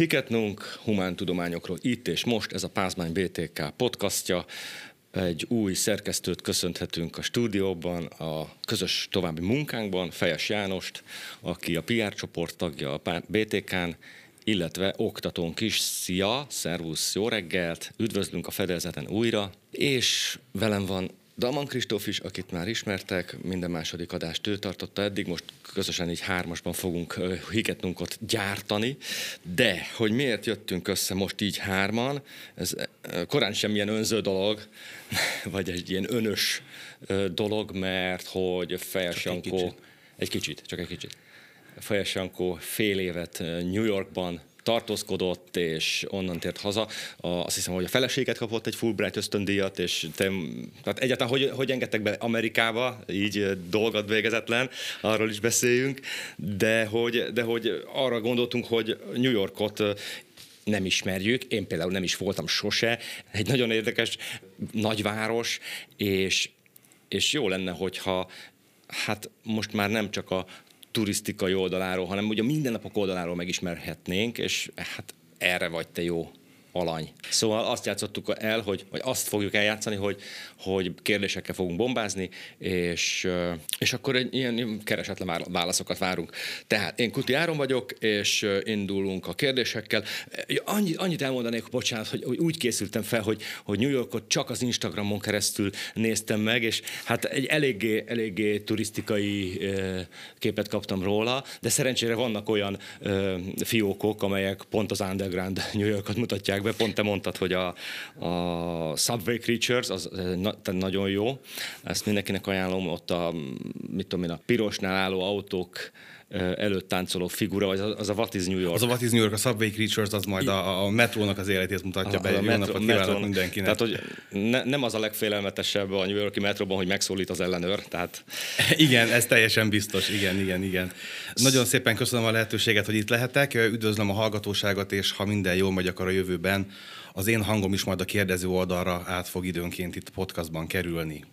Hiketnunk humántudományokról itt és most, ez a Pázmány BTK podcastja. Egy új szerkesztőt köszönhetünk a stúdióban, a közös további munkánkban, Fejes Jánost, aki a PR csoport tagja a BTK-n, illetve oktatónk is. Szia, szervusz, jó reggelt, üdvözlünk a fedélzeten újra, és velem van Dalman Kristóf is, akit már ismertek, minden második adást ő tartotta eddig, most közösen így hármasban fogunk Hiketnunkot gyártani, de hogy miért jöttünk össze most így hárman, ez korán sem ilyen önző dolog, vagy egy ilyen önös dolog, mert hogy Fejes Jankó, csak egy kicsit. Fejes Jankó fél évet New Yorkban tartózkodott, és onnan tért haza. Azt hiszem, hogy a feleséget kapott egy Fulbright ösztöndíjat, és tehát egyáltalán hogy engedtek be Amerikába, így dolgot végezetlen, arról is beszéljünk, de hogy arra gondoltunk, hogy New Yorkot nem ismerjük, én például nem is voltam sose, egy nagyon érdekes nagyváros, és jó lenne, hogyha hát most már nem csak a turisztikai oldaláról, hanem ugye a mindennapok oldaláról megismerhetnénk, és hát erre vagy te jó alany. Szóval azt játszottuk el, vagy azt fogjuk eljátszani, hogy kérdésekkel fogunk bombázni, és akkor egy ilyen keresetlen válaszokat várunk. Tehát én Kuti Áron vagyok, és indulunk a kérdésekkel. Annyit elmondanék, bocsánat, hogy úgy készültem fel, hogy New Yorkot csak az Instagramon keresztül néztem meg, és hát egy eléggé turisztikai képet kaptam róla, de szerencsére vannak olyan fiókok, amelyek pont az underground New Yorkot mutatják be. Pont te mondtad, hogy a Subway Creatures, az nagyon jó. Ezt mindenkinek ajánlom, ott a pirosnál álló autók előtt táncoló figura, vagy az a What is New York? Az a What is New York, a Subway Creatures, az majd a metrónak az életét mutatja be. Jó napot kívánok mindenkinek. Tehát, hogy nem az a legfélelmetesebb a New York-i metróban, hogy megszólít az ellenőr. Tehát... Igen, ez teljesen biztos. Igen. Nagyon szépen köszönöm a lehetőséget, hogy itt lehetek. Üdvözlöm a hallgatóságot, és ha minden jól megy, akkor a jövőben az én hangom is majd a kérdező oldalra át fog időnként itt podcastban kerülni.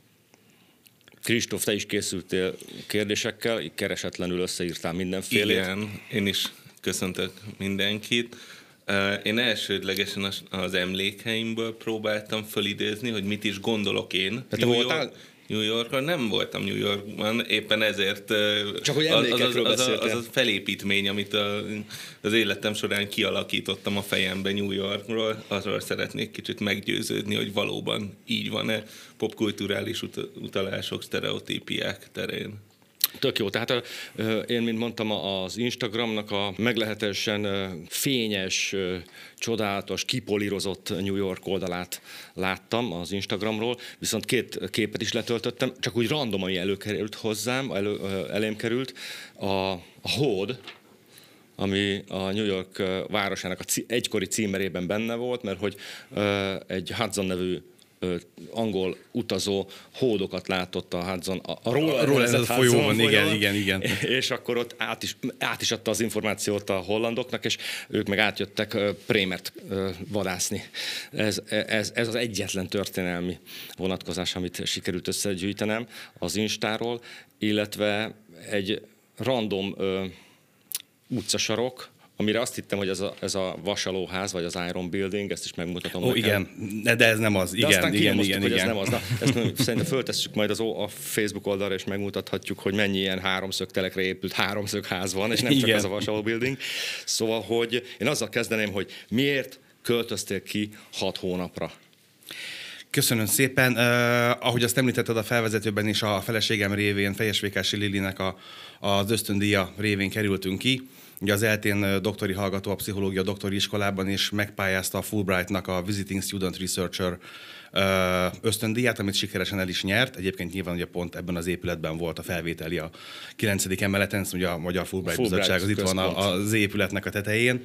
Kristóf, te is készültél kérdésekkel, így keresetlenül összeírtál mindenfélét. Igen, én is köszöntök mindenkit. Én elsődlegesen az emlékeimből próbáltam fölidézni, hogy mit is gondolok én. Te voltál? New Yorkban nem voltam New Yorkban, éppen ezért csak hogy emlékekről az a felépítmény, amit az életem során kialakítottam a fejemben New Yorkról, arról szeretnék kicsit meggyőződni, hogy valóban így van-e popkulturális utalások, sztereotípiák terén. Tök jó. Tehát én, mint mondtam, az Instagramnak a meglehetősen fényes, csodálatos, kipolírozott New York oldalát láttam az Instagramról, viszont 2 képet is letöltöttem, csak úgy random, ami előkerült hozzám, elém került, a hód, ami a New York városának egykori címerében benne volt, mert hogy egy Hudson nevű angol utazó hódokat látott a Hudson, a róla ez a folyóban, igen. És akkor ott át is adta az információt a hollandoknak, és ők meg átjöttek prémert vadászni. Ez az egyetlen történelmi vonatkozás, amit sikerült összegyűjtenem az Instáról, illetve egy random utcasarok, amire azt hittem, hogy ez a vasalóház, vagy az Iron Building, ezt is megmutatom neked. Igen, de ez nem az. Igen. Hogy ez nem az. Na, ezt szerintem föltesszük majd a Facebook oldalra, és megmutathatjuk, hogy mennyi ilyen háromszögtelekre épült háromszögház van, és nem csak ez a vasaló building. Szóval, hogy én azzal kezdeném, hogy miért költöztél ki 6 hónapra? Köszönöm szépen. Ahogy azt említetted a felvezetőben is, a feleségem révén, Fejes Vékási Lilinek az ösztöndíja révén kerültünk ki. Ugye az ELTÉN doktori hallgató a pszichológia doktori iskolában, és megpályázta a Fulbrightnak a Visiting Student Researcher ösztöndíját, amit sikeresen el is nyert. Egyébként nyilván ugye pont ebben az épületben volt a felvételi a 9. emeleten, ugye a Magyar Fulbright Bizottság az itt van az épületnek a tetején.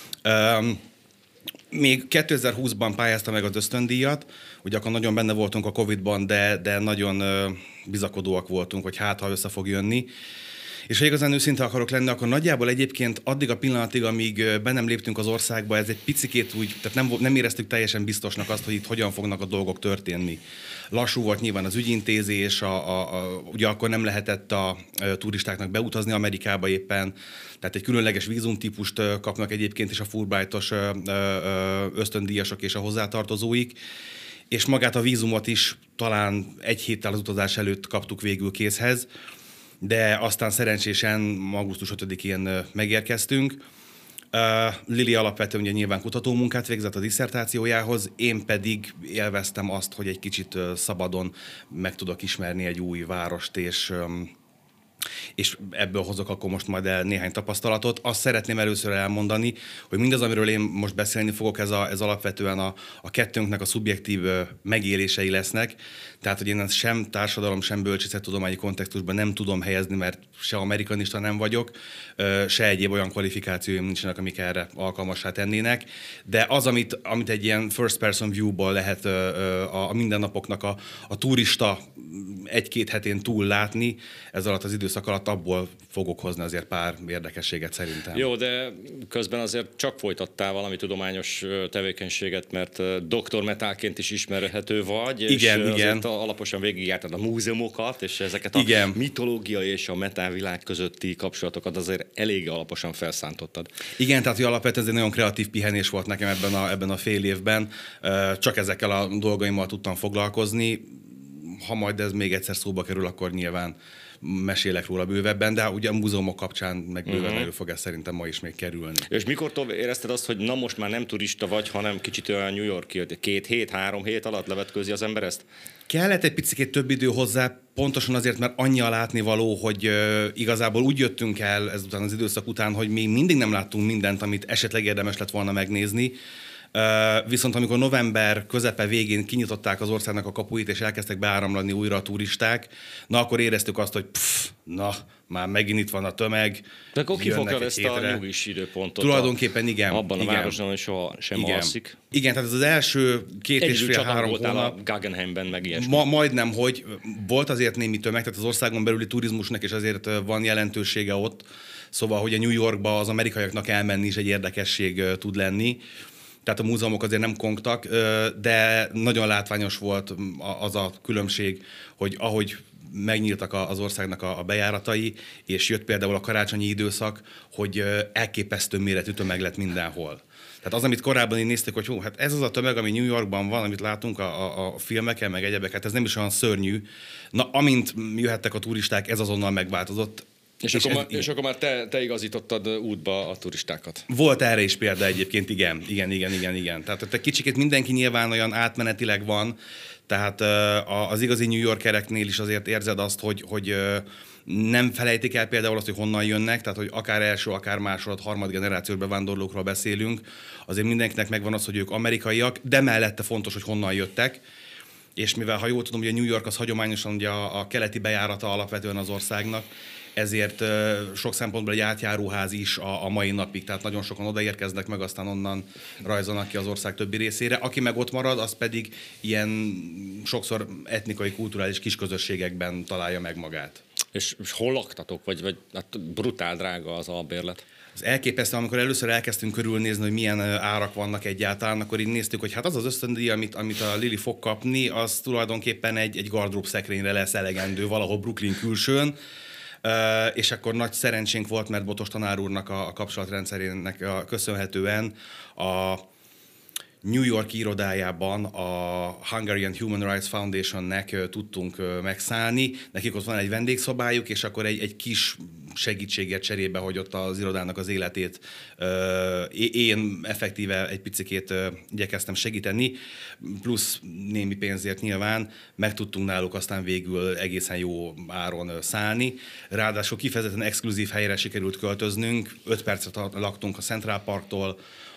Még 2020-ban pályázta meg az ösztöndíjat, ugye akkor nagyon benne voltunk a Covid-ban, de nagyon bizakodóak voltunk, hogy hát ha össze fog jönni. És ha igazán őszinte akarok lenni, akkor nagyjából egyébként addig a pillanatig, amíg be nem léptünk az országba, ez egy picikét úgy, tehát nem éreztük teljesen biztosnak azt, hogy itt hogyan fognak a dolgok történni. Lassú volt nyilván az ügyintézés, ugye akkor nem lehetett a turistáknak beutazni Amerikába éppen, tehát egy különleges vízumtípust kapnak egyébként is a Fulbrightos ösztöndíjasok és a hozzátartozóik, és magát a vízumot is talán egy héttel az utazás előtt kaptuk végül készhez, de aztán szerencsésen augusztus 5-én megérkeztünk. Lili alapvetően ugye nyilván kutatómunkát végzett a disszertációjához, én pedig élveztem azt, hogy egy kicsit szabadon meg tudok ismerni egy új várost, és ebből hozok akkor most majd el néhány tapasztalatot. Azt szeretném először elmondani, hogy mindaz, amiről én most beszélni fogok, ez alapvetően a kettőnknek a szubjektív megélései lesznek. Tehát, hogy én ezt sem társadalom, sem bölcsészettudományi kontextusban nem tudom helyezni, mert se amerikanista nem vagyok, se egyéb olyan kvalifikációim nincsenek, amik erre alkalmassá tennének. De az, amit egy ilyen first person view-ból lehet a mindennapoknak a turista egy-két hetén túl látni, ez alatt az időszak alatt abból fogok hozni azért pár érdekességet szerintem. Jó, de közben azért csak folytattál valami tudományos tevékenységet, mert doktormetálként is ismerhető vagy, igen. És alaposan végigjártad a múzeumokat, és ezeket a mitológia és a metálvilág közötti kapcsolatokat azért elég alaposan felszántottad. Igen, tehát hogy alapvetően ez egy nagyon kreatív pihenés volt nekem ebben a fél évben. Csak ezekkel a dolgaimmal tudtam foglalkozni. Ha majd ez még egyszer szóba kerül, akkor nyilván mesélek róla bővebben, de ugye a múzeumok kapcsán meg bőven elő fog ez szerintem ma is még kerülni. És mikortól érezted azt, hogy na most már nem turista vagy, hanem kicsit olyan New York-i, 2 hét, 3 hét alatt levetkőzi az ember ezt? Kellett egy picit több idő hozzá, pontosan azért, mert annyi a látnivaló, hogy igazából úgy jöttünk el ezután az időszak után, hogy még mindig nem láttunk mindent, amit esetleg érdemes lett volna megnézni. Viszont amikor november közepe végén kinyitották az országnak a kapuit, és elkezdtek beáramlani újra a turisták, na akkor éreztük azt, hogy már megint itt van a tömeg. De akkor kifogja ezt a nyugis időpontot. Tulajdonképpen igen. Abban a városban, hogy soha sem alszik. Igen, tehát ez az első 2,5-3 hónap. a Guggenheimben, meg ilyesmi. Majdnem, hogy volt azért némi tömeg, tehát az országon belüli turizmusnak is azért van jelentősége ott. Szóval, hogy a New Yorkba az amerikaiaknak elmenni is egy érdekesség tud lenni. Tehát a múzeumok azért nem kongtak, de nagyon látványos volt az a különbség, hogy ahogy megnyíltak az országnak a bejáratai, és jött például a karácsonyi időszak, hogy elképesztő méretű tömeg lett mindenhol. Tehát az, amit korábban így néztük, hogy hát ez az a tömeg, ami New Yorkban van, amit látunk a filmeken, meg egyebek, hát ez nem is olyan szörnyű. Na, amint jöhettek a turisták, ez azonnal megváltozott. És akkor már te igazítottad útba a turistákat. Volt erre is példa egyébként, igen. Tehát kicsikét mindenki nyilván olyan átmenetileg van, tehát az igazi New Yorkereknél is azért érzed azt, hogy nem felejtik el például azt, hogy honnan jönnek, tehát hogy akár első, akár másod, harmad generációs bevándorlókról beszélünk, azért mindenkinek megvan az, hogy ők amerikaiak, de mellette fontos, hogy honnan jöttek. És mivel, ha jól tudom, ugye New York az hagyományosan ugye a keleti bejárata alapvetően az országnak, ezért sok szempontból egy átjáróház is a mai napig, tehát nagyon sokan odaérkeznek meg, aztán onnan rajzolnak ki az ország többi részére. Aki meg ott marad, az pedig ilyen sokszor etnikai, kulturális kisközösségekben találja meg magát. És hol laktatok? Vagy hát brutál drága az albérlet? Az elképesztő, amikor először elkezdtünk körülnézni, hogy milyen árak vannak egyáltalán, akkor így néztük, hogy hát az az ösztöndíj, amit a Lili fog kapni, az tulajdonképpen egy gardrób szekrényre lesz elegendő valahol Brooklyn külsőn. És akkor nagy szerencsénk volt, mert Botos tanár úrnak a kapcsolatrendszerének köszönhetően a New York irodájában a Hungarian Human Rights Foundationnek tudtunk megszállni. Nekik ott van egy vendégszobájuk, és akkor egy kis segítséget cserébe, hogy ott az irodának az életét én effektíve egy picikét igyekeztem segíteni, plusz némi pénzért nyilván meg tudtunk náluk aztán végül egészen jó áron szállni. Ráadásul kifejezetten exkluzív helyre sikerült költöznünk, 5 percet laktunk a Central Parktól,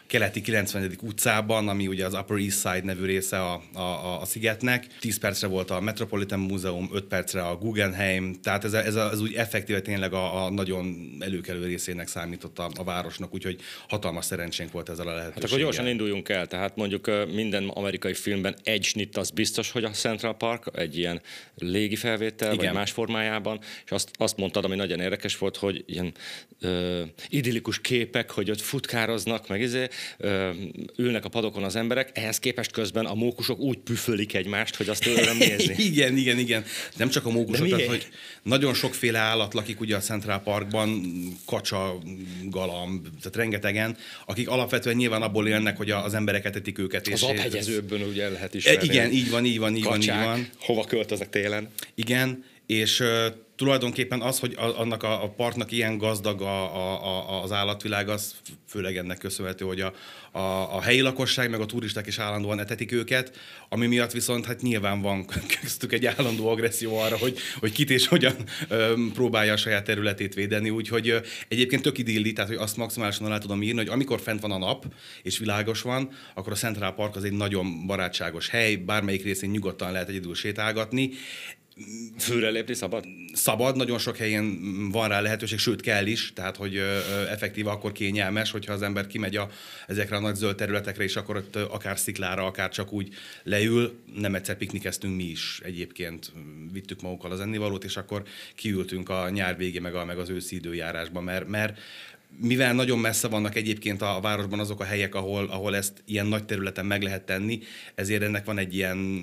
keleti 90. utcában, ami ugye az Upper East Side nevű része a szigetnek. 10 percre volt a Metropolitan Múzeum, 5 percre a Guggenheim, tehát ez úgy effektíve tényleg a nagyon előkelő részének számított a városnak, úgyhogy hatalmas szerencsénk volt ezzel a lehetőséggel. Hát akkor gyorsan induljunk el, tehát mondjuk minden amerikai filmben egy snitt az biztos, hogy a Central Park, egy ilyen légi felvétel, igen, vagy más formájában, és azt mondtad, ami nagyon érdekes volt, hogy ilyen idillikus képek, hogy ott futkároznak, meg ülnek a padokon az emberek, ehhez képest közben a mókusok úgy püfölik egymást, hogy azt öröm nézni. Igen. Nem csak a mókusok, tehát, hogy nagyon sokféle állat lakik ugye a Central Parkban, kacsa, galamb, tehát rengetegen, akik alapvetően nyilván abból élnek, hogy az embereket etik őket. Az aphegyezőből ugye lehet ismerni. Igen, így van. Hova költöznek télen? Igen, és tulajdonképpen az, hogy annak a parknak ilyen gazdag az állatvilág, az főleg ennek köszönhető, hogy a helyi lakosság, meg a turisták is állandóan etetik őket, ami miatt viszont hát nyilván van köztük egy állandó agresszió arra, hogy kit és hogyan próbálja a saját területét védeni, úgyhogy egyébként tök idilli, tehát hogy azt maximálisan alá tudom írni, hogy amikor fent van a nap, és világos van, akkor a Central Park az egy nagyon barátságos hely, bármelyik részén nyugodtan lehet egyedül sétálgatni. Főre lépni szabad? Szabad, nagyon sok helyen van rá lehetőség, sőt kell is, tehát hogy effektíve akkor kényelmes, hogyha az ember kimegy ezekre a nagy zöld területekre, és akkor ott akár sziklára, akár csak úgy leül. Nem egyszer piknikeztünk mi is egyébként, vittük magukkal az ennivalót, és akkor kiültünk a nyár végén meg az őszi időjárásban, mert mivel nagyon messze vannak egyébként a városban azok a helyek, ahol ezt ilyen nagy területen meg lehet tenni, ezért ennek van egy ilyen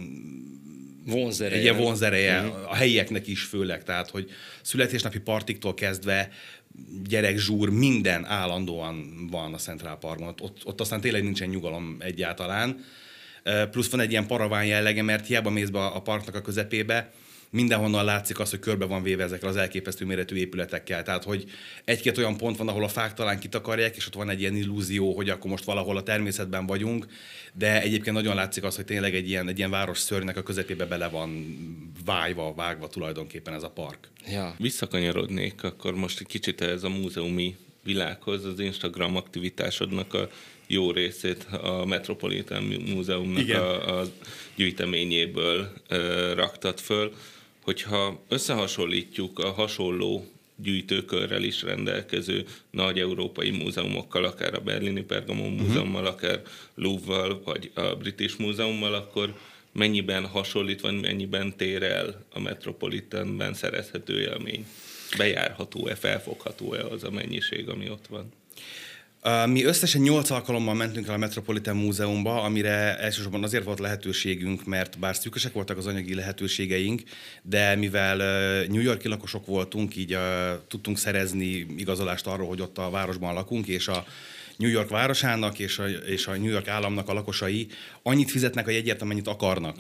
vonzereje a helyieknek is főleg, tehát hogy születésnapi partiktól kezdve gyerekzsúr, minden állandóan van a Central Parkban. Ott aztán tényleg nincsen nyugalom egyáltalán. Plusz van egy ilyen paraván jellege, mert hiába mész be a parknak a közepébe, mindenhonnan látszik az, hogy körbe van véve ezekkel az elképesztő méretű épületekkel. Tehát, hogy egy-két olyan pont van, ahol a fák talán kitakarják, és ott van egy ilyen illúzió, hogy akkor most valahol a természetben vagyunk, de egyébként nagyon látszik az, hogy tényleg egy ilyen város szörnynek a közepébe bele van vágva tulajdonképpen ez a park. Ja. Visszakanyarodnék akkor most egy kicsit ez a múzeumi világhoz, az Instagram aktivitásodnak a jó részét a Metropolitan Múzeumnak a gyűjteményéből raktad föl. Hogyha összehasonlítjuk a hasonló gyűjtőkörrel is rendelkező nagy európai múzeumokkal, akár a Berlini Pergamon Múzeummal, akár Louvre-val, vagy a British Múzeummal, akkor mennyiben hasonlít, vagy mennyiben tér el a Metropolitanben szerezhető élmény? Bejárható-e, felfogható-e az a mennyiség, ami ott van? Mi összesen 8 alkalommal mentünk el a Metropolitan Múzeumba, amire elsősorban azért volt lehetőségünk, mert bár szűkösek voltak az anyagi lehetőségeink, de mivel New York-i lakosok voltunk, így tudtunk szerezni igazolást arról, hogy ott a városban lakunk, és a New York városának és a New York államnak a lakosai annyit fizetnek a jegyért, amennyit akarnak.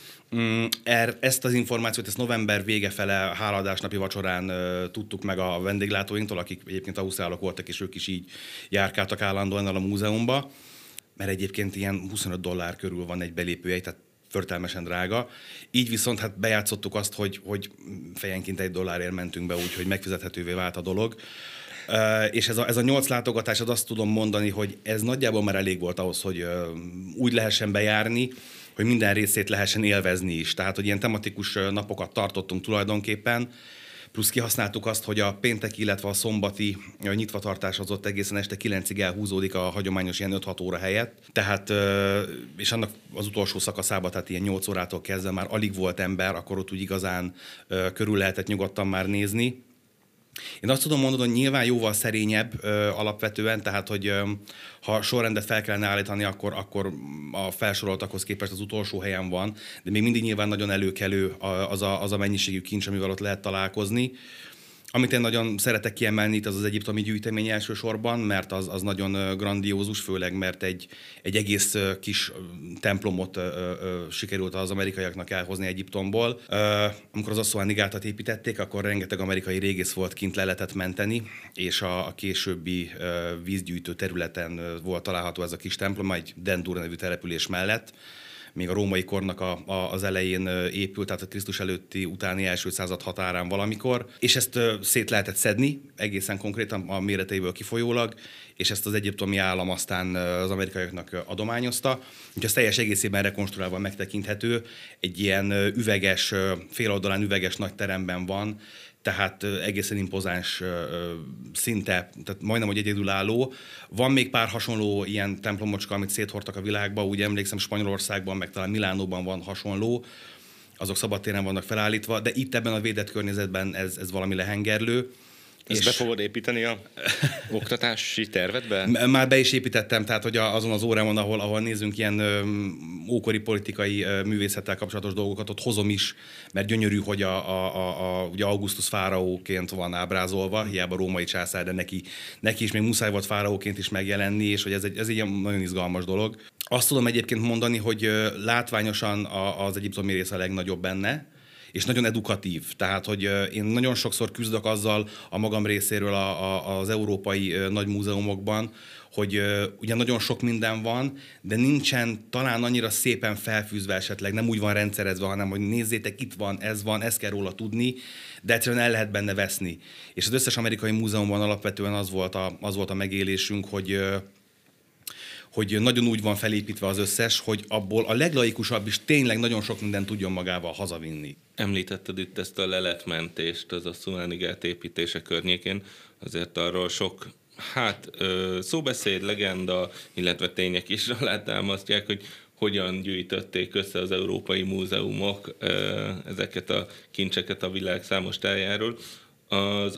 Ezt az információt, ezt november vége fele hálaadásnapi vacsorán tudtuk meg a vendéglátóinktól, akik egyébként ausztrálok voltak, és ők is így járkáltak állandóan a múzeumba, mert egyébként ilyen $25 körül van egy belépőjegy, tehát förtelmesen drága. Így viszont hát bejátszottuk azt, hogy fejenként $1 mentünk be, úgyhogy megfizethetővé vált a dolog. És ez a 8 látogatás, az azt tudom mondani, hogy ez nagyjából már elég volt ahhoz, hogy úgy lehessen bejárni, hogy minden részét lehessen élvezni is. Tehát, hogy ilyen tematikus napokat tartottunk tulajdonképpen, plusz kihasználtuk azt, hogy a pénteki, illetve a szombati nyitvatartás az ott egészen este 9-ig elhúzódik a hagyományos ilyen 5-6 óra helyett. Tehát, és annak az utolsó szakaszában, tehát ilyen 8 órától kezdve már alig volt ember, akkor ott úgy igazán körül lehetett nyugodtan már nézni. Én azt tudom mondani, hogy nyilván jóval szerényebb alapvetően, tehát hogy ha sorrendet fel kellene állítani, akkor a felsoroltakhoz képest az utolsó helyen van, de még mindig nyilván nagyon előkelő az a mennyiségű kincs, amivel ott lehet találkozni. Amit én nagyon szeretek kiemelni, itt az egyiptomi gyűjtemény elsősorban, mert az nagyon grandiózus, főleg mert egy egész kis templomot sikerült az amerikaiaknak elhozni Egyiptomból. Amikor az Assuani gátat építették, akkor rengeteg amerikai régész volt kint, le lehetett menteni, és a későbbi vízgyűjtő területen volt található ez a kis templom, egy Dendur nevű település mellett. még a római kornak az elején épült, tehát a Krisztus előtti utáni első század határán valamikor, és ezt szét lehetett szedni, egészen konkrétan a méreteiből kifolyólag, és ezt az egyiptomi állam aztán az amerikaiaknak adományozta. Úgyhogy ez teljes egészében rekonstruálva megtekinthető, egy ilyen üveges, féloldalán üveges nagy teremben van, tehát egészen impozáns szinte, tehát majdnem, hogy egyedülálló. Van még pár hasonló ilyen templomocska, amit széthordtak a világba, úgy emlékszem Spanyolországban, meg talán Milánóban van hasonló, azok szabadtéren vannak felállítva, de itt ebben a védett környezetben ez valami lehengerlő. Ezt be fogod építeni a oktatási tervedbe? Már be is építettem, tehát hogy azon az órán, ahol nézzünk ilyen ókori politikai művészettel kapcsolatos dolgokat, ott hozom is, mert gyönyörű, hogy ugye Augustus fáraóként van ábrázolva, hiába római császár, de neki is még muszáj volt fáraóként is megjelenni, és hogy ez egy ilyen nagyon izgalmas dolog. Azt tudom egyébként mondani, hogy látványosan az egyiptomi rész a legnagyobb benne, és nagyon edukatív. Tehát, hogy én nagyon sokszor küzdök azzal a magam részéről az európai nagy múzeumokban, hogy ugye nagyon sok minden van, de nincsen talán annyira szépen felfűzve esetleg, nem úgy van rendszerezve, hanem hogy nézzétek, itt van, ezt kell róla tudni, de egyszerűen el lehet benne veszni. És az összes amerikai múzeumban alapvetően az volt a megélésünk, hogy nagyon úgy van felépítve az összes, hogy abból a leglaikusabb is tényleg nagyon sok mindent tudjon magával hazavinni. Említetted itt ezt a leletmentést, az a Szuáni-gát építése környékén, azért arról sok szóbeszéd, legenda, illetve tények is alátámasztják, hogy hogyan gyűjtötték össze az európai múzeumok ezeket a kincseket a világ számos tájáról. Az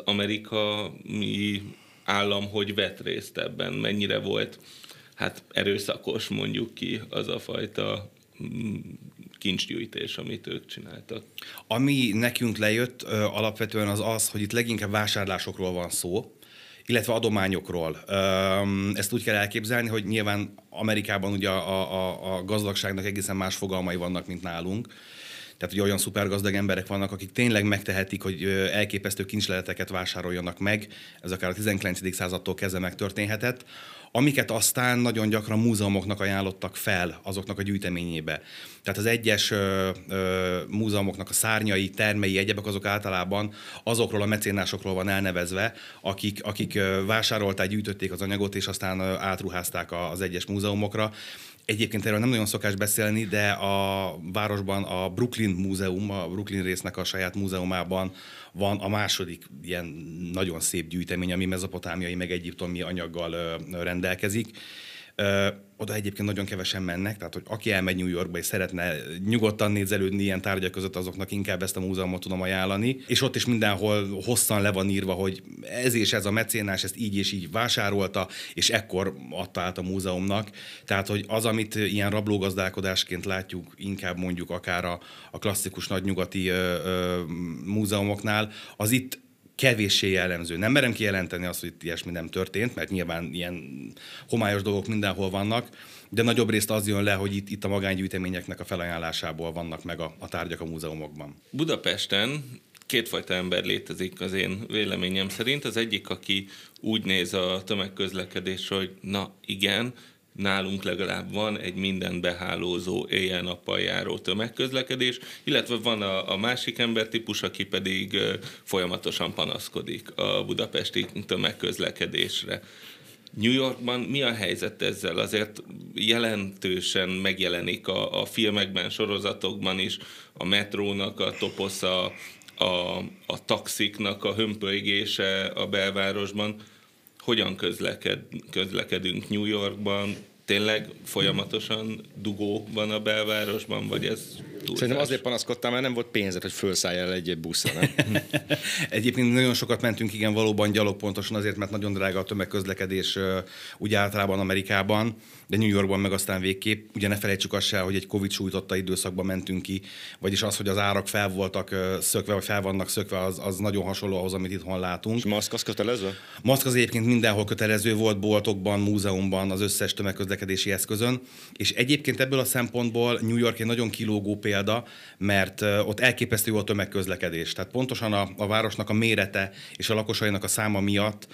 amerikai állam hogy vett részt ebben? Mennyire volt erőszakos, mondjuk ki, az a fajta kincsgyűjtés, amit ők csináltak? Ami nekünk lejött alapvetően az, hogy itt leginkább vásárlásokról van szó, illetve adományokról. Ezt úgy kell elképzelni, hogy nyilván Amerikában ugye a gazdagságnak egészen más fogalmai vannak, mint nálunk. Tehát ugye olyan szupergazdag emberek vannak, akik tényleg megtehetik, hogy elképesztő kincsleleteket vásároljanak meg. Ez akár a 19. századtól kezdve megtörténhetett, amiket aztán nagyon gyakran múzeumoknak ajánlottak fel azoknak a gyűjteményébe. Tehát az egyes múzeumoknak a szárnyai, termei, egyebek azok általában azokról a mecénásokról van elnevezve, akik vásárolták, gyűjtötték az anyagot, és aztán átruházták az egyes múzeumokra. Egyébként erről nem nagyon szokás beszélni, de a városban a Brooklyn Múzeum, a Brooklyn résznek a saját múzeumában van a második ilyen nagyon szép gyűjtemény, ami mezopotámiai meg egyiptomi anyaggal rendelkezik. Oda egyébként nagyon kevesen mennek, tehát hogy aki elmegy New Yorkba és szeretne nyugodtan nézelődni ilyen tárgyak között, azoknak inkább ezt a múzeumot tudom ajánlani. És ott is mindenhol hosszan le van írva, hogy ez és ez a mecénás ezt így és így vásárolta, és ekkor adta át a múzeumnak. Tehát, hogy az, amit ilyen rablógazdálkodásként látjuk, inkább mondjuk akár a klasszikus nagynyugati múzeumoknál, az itt kevéssé jellemző. Nem merem kijelenteni azt, hogy itt ilyesmi nem történt, mert nyilván ilyen homályos dolgok mindenhol vannak, de nagyobb részt az jön le, hogy itt a magángyűjteményeknek a felajánlásából vannak meg a tárgyak a múzeumokban. Budapesten kétfajta ember létezik az én véleményem szerint. Az egyik, aki úgy néz a tömegközlekedésre, hogy na igen, nálunk legalább van egy mindent behálózó, éjjel-nappal járó tömegközlekedés, illetve van a másik embertípus, aki pedig folyamatosan panaszkodik a budapesti tömegközlekedésre. New Yorkban mi a helyzet ezzel? Azért jelentősen megjelenik a filmekben, sorozatokban is a metrónak a toposza, a taxiknak a hömpölygése a belvárosban. Hogyan közlekedünk New Yorkban? Tényleg folyamatosan dugó van a belvárosban, vagy ez túlzás? Szerintem azért panaszkodtam, mert nem volt pénzed, hogy felszálljál el egy buszra, nem? Egyébként nagyon sokat mentünk, igen, valóban gyalog, pontosan azért, mert nagyon drága a tömegközlekedés úgy általában Amerikában, de New Yorkban meg aztán végképp. Ugye ne felejtsük azt se, hogy egy Covid sújtotta időszakban mentünk ki, vagyis az, hogy az árak fel voltak szökve, vagy fel vannak szökve, az nagyon hasonló ahhoz, amit itthon látunk. És maszk az kötelező? Maszk az egyébként mindenhol kötelező volt, boltokban, múzeumban, az összes tömegközlekedési eszközön, és egyébként ebből a szempontból New York egy nagyon kilógó példa, mert ott elképesztő volt a tömegközlekedés. Tehát pontosan a városnak a mérete és a lakosainak a száma miatt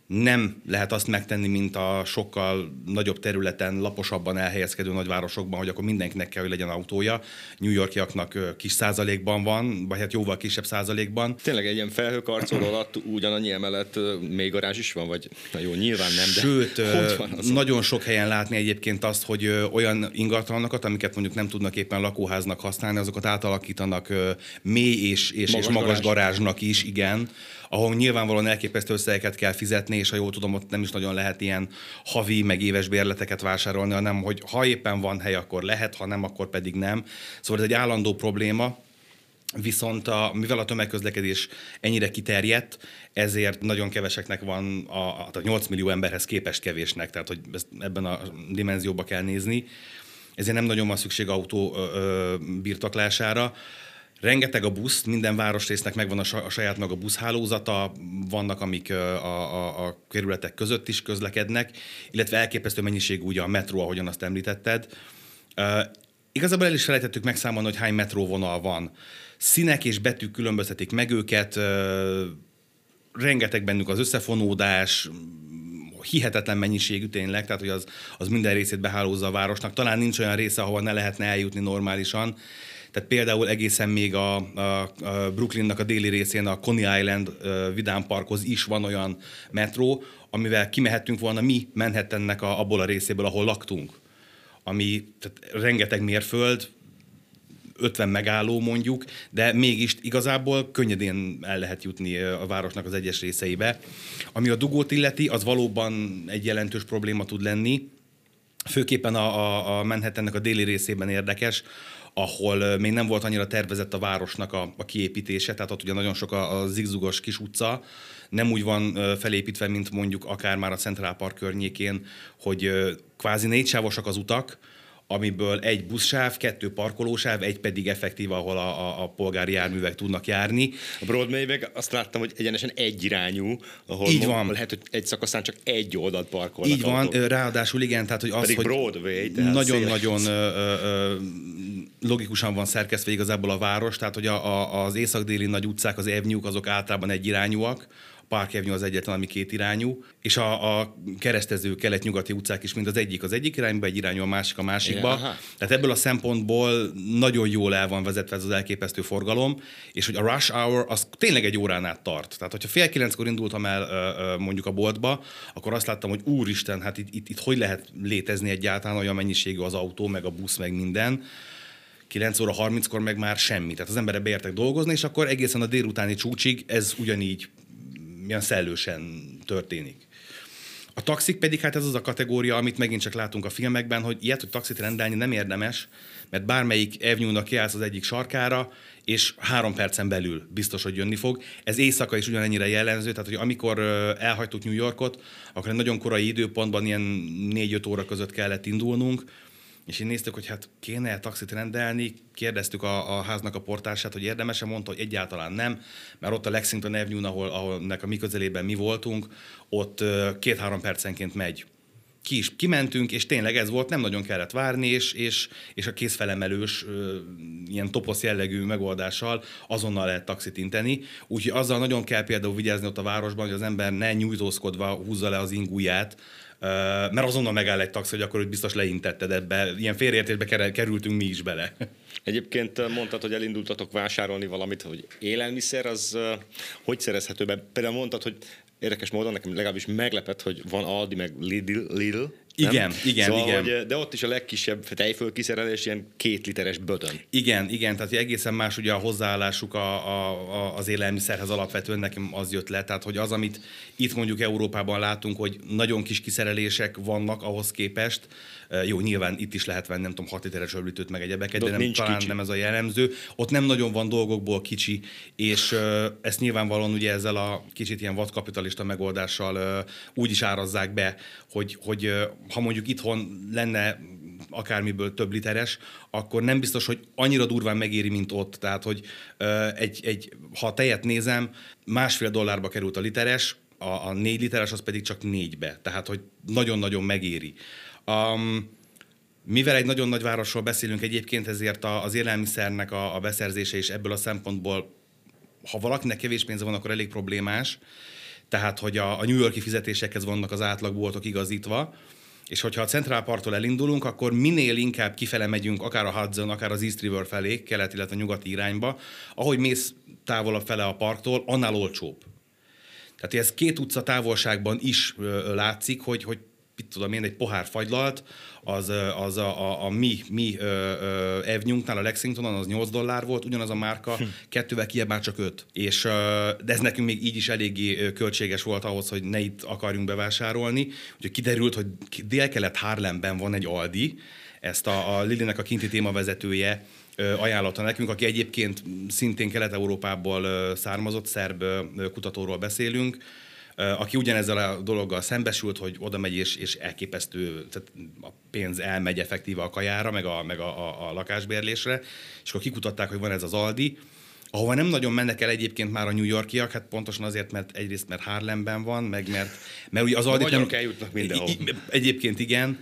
Nem lehet azt megtenni, mint a sokkal nagyobb területen, laposabban elhelyezkedő nagyvárosokban, hogy akkor mindenkinek kell, hogy legyen autója. New Yorkiaknak kis százalékban van, vagy hát jóval kisebb százalékban. Tényleg egy ilyen felhőkarcoló alatt ugyanannyi emelet még garázs is van? Vagy na jó, nyilván nem, de sőt, hogy van az? nagyon sok helyen látni egyébként azt, hogy olyan ingatlanokat, amiket mondjuk nem tudnak éppen lakóháznak használni, azokat átalakítanak mély és magas garázsnak is, igen, ahol nyilvánvalóan elképesztő összegeket kell fizetni, és ha jól tudom, ott nem is nagyon lehet ilyen havi, meg éves bérleteket vásárolni, hanem hogy ha éppen van hely, akkor lehet, ha nem, akkor pedig nem. Szóval ez egy állandó probléma, viszont mivel a tömegközlekedés ennyire kiterjedt, ezért nagyon keveseknek van, a 8 millió emberhez képest kevésnek, tehát hogy ezt ebben a dimenzióba kell nézni. Ezért nem nagyon van szükség autó birtoklására. Rengeteg a busz, minden városrésznek megvan a saját maga buszhálózata, vannak, amik a kerületek között is közlekednek, illetve elképesztő mennyiségű ugye a metró, ahogyan azt említetted. Igazából el is felejtettük megszámolni, hogy hány metróvonal van. Színek és betűk különböztetik meg őket, rengeteg bennük az összefonódás, hihetetlen mennyiségű tényleg, tehát hogy az minden részét behálózza a városnak. Talán nincs olyan része, ahol ne lehetne eljutni normálisan. Tehát például egészen még a Brooklynnak a déli részén, a Coney Island Vidám Parkhoz is van olyan metró, amivel kimehettünk volna mi Manhattannek abból a részéből, ahol laktunk. Ami tehát rengeteg mérföld, 50 megálló mondjuk, de mégis igazából könnyedén el lehet jutni a városnak az egyes részeibe. Ami a dugót illeti, az valóban egy jelentős probléma tud lenni. Főképpen a Manhattannek a déli részében érdekes, ahol még nem volt annyira tervezett a városnak a kiépítése, tehát ott ugye nagyon sok a zigzugos kis utca, nem úgy van felépítve, mint mondjuk akár már a Central Park környékén, hogy kvázi 4 sávosak az utak, amiből egy buszsáv, 2 parkolósáv, egy pedig effektív, ahol a polgári járművek tudnak járni. A Broadway meg azt láttam, hogy egyenesen egyirányú, ahol így van. Lehet, hogy egy szakaszán csak egy oldalt parkolnak. Így van, ráadásul igen, tehát hogy az, pedig hogy Broadway, nagyon-nagyon logikusan van szerkesztve igazából a város, tehát hogy az észak-déli nagy utcák, az avenue-k, azok általában egyirányúak, Park Avenue az egyetlen, ami 2 irányú, és a keresztező kelet-nyugati utcák is mind az egyik irányba, egy irányú, a másikba. Aha. Tehát ebből a szempontból nagyon jól el van vezetve ez az elképesztő forgalom, és hogy a rush hour az tényleg egy órán át tart. Tehát, hogyha 8:30-kor indultam el mondjuk a boltba, akkor azt láttam, hogy úristen, hát itt hogy lehet létezni egyáltalán, olyan mennyiségű az autó, meg a busz, meg minden. 9 óra 30-kor meg már semmi. Tehát az emberek beértek dolgozni, és akkor egészen a délutáni csúcsig ez ugyanígy milyen szellősen történik. A taxik pedig, hát ez az a kategória, amit megint csak látunk a filmekben, hogy ilyet, hogy taxit rendelni nem érdemes, mert bármelyik avenue-nak kiállsz az egyik sarkára, és 3 percen belül biztos, hogy jönni fog. Ez éjszaka is ugyanennyire jellemző, tehát hogy amikor elhagytuk New Yorkot, akkor egy nagyon korai időpontban, ilyen 4-5 óra között kellett indulnunk, és én néztük, hogy hát kéne taxit rendelni, kérdeztük a háznak a portását, hogy érdemes-e, mondta, hogy egyáltalán nem, mert ott a Lexington Avenue-n, ahol a mi közelében mi voltunk, ott 2-3 percenként megy. Kimentünk, és tényleg ez volt, nem nagyon kellett várni, és a kézfelemelős, ilyen toposz jellegű megoldással azonnal lehet taxit inteni. Úgyhogy azzal nagyon kell például vigyázni ott a városban, hogy az ember ne nyújtózkodva húzza le az ingujját, mert azonnal megáll egy taxi, hogy akkor őt biztos leintetted ebbe. Ilyen félreértésbe kerültünk mi is bele. Egyébként mondtad, hogy elindultatok vásárolni valamit, hogy élelmiszer, az hogy szerezhető be? Például mondtad, hogy érdekes módon nekem legalábbis meglepett, hogy van Aldi meg Lidl. Igen. Hogy, de ott is a legkisebb tejfölkiszerelés ilyen 2 literes bödön. Igen, tehát egészen más ugye a hozzáállásuk az élelmiszerhez alapvetően, nekem az jött le, tehát hogy az, amit itt mondjuk Európában látunk, hogy nagyon kis kiszerelések vannak ahhoz képest, jó, nyilván itt is lehet venni, nem tudom, 6 literes öblítőt meg egyebeket, de nem, talán nem ez a jellemző. Ott nem nagyon van dolgokból kicsi, és ezt nyilvánvalóan ugye ezzel a kicsit ilyen vadkapitalista megoldással úgy is árazzák be, hogy ha mondjuk itthon lenne akármiből több literes, akkor nem biztos, hogy annyira durván megéri, mint ott. Tehát, hogy ha a tejet nézem, $1,5 került a literes, a 4 literes az pedig csak 4-be. Tehát, hogy nagyon-nagyon megéri. Mivel egy nagyon nagy városról beszélünk egyébként, ezért az élelmiszernek a beszerzése is ebből a szempontból, ha valakinek kevés pénze van, akkor elég problémás. tehát hogy a New York-i fizetésekhez vannak az átlagboltok igazítva, és hogyha a Central Parktól elindulunk, akkor minél inkább kifele megyünk, akár a Hudson, akár az East River felé, kelet, illetve nyugati irányba, ahogy mész távolabb fele a parktól, annál olcsóbb. Tehát ez 2 utca távolságban is látszik, hogy mit tudom én, egy pohár fagylalt, az a mi Avenue-nknál, a Lexingtonon, az $8 volt, ugyanaz a márka, 2-vel kijebb már csak 5. De ez nekünk még így is eléggé költséges volt ahhoz, hogy ne itt akarjunk bevásárolni. Úgyhogy kiderült, hogy délkelet Harlemben van egy Aldi, ezt a Lilinek a kinti témavezetője ajánlotta nekünk, aki egyébként szintén Kelet-Európából származott, szerb kutatóról beszélünk, aki ugyanezzel a dologgal szembesült, hogy oda megy és elképesztő, tehát a pénz elmegy effektíve a kajára, meg a lakásbérlésre, és akkor kikutatták, hogy van ez az Aldi, ahova nem nagyon mennek el egyébként már a New Yorkiak, hát pontosan azért, mert egyrészt mert Harlemben van, meg mert ugye az Aldi... A magyarok eljutnak mindenhol. Egyébként igen.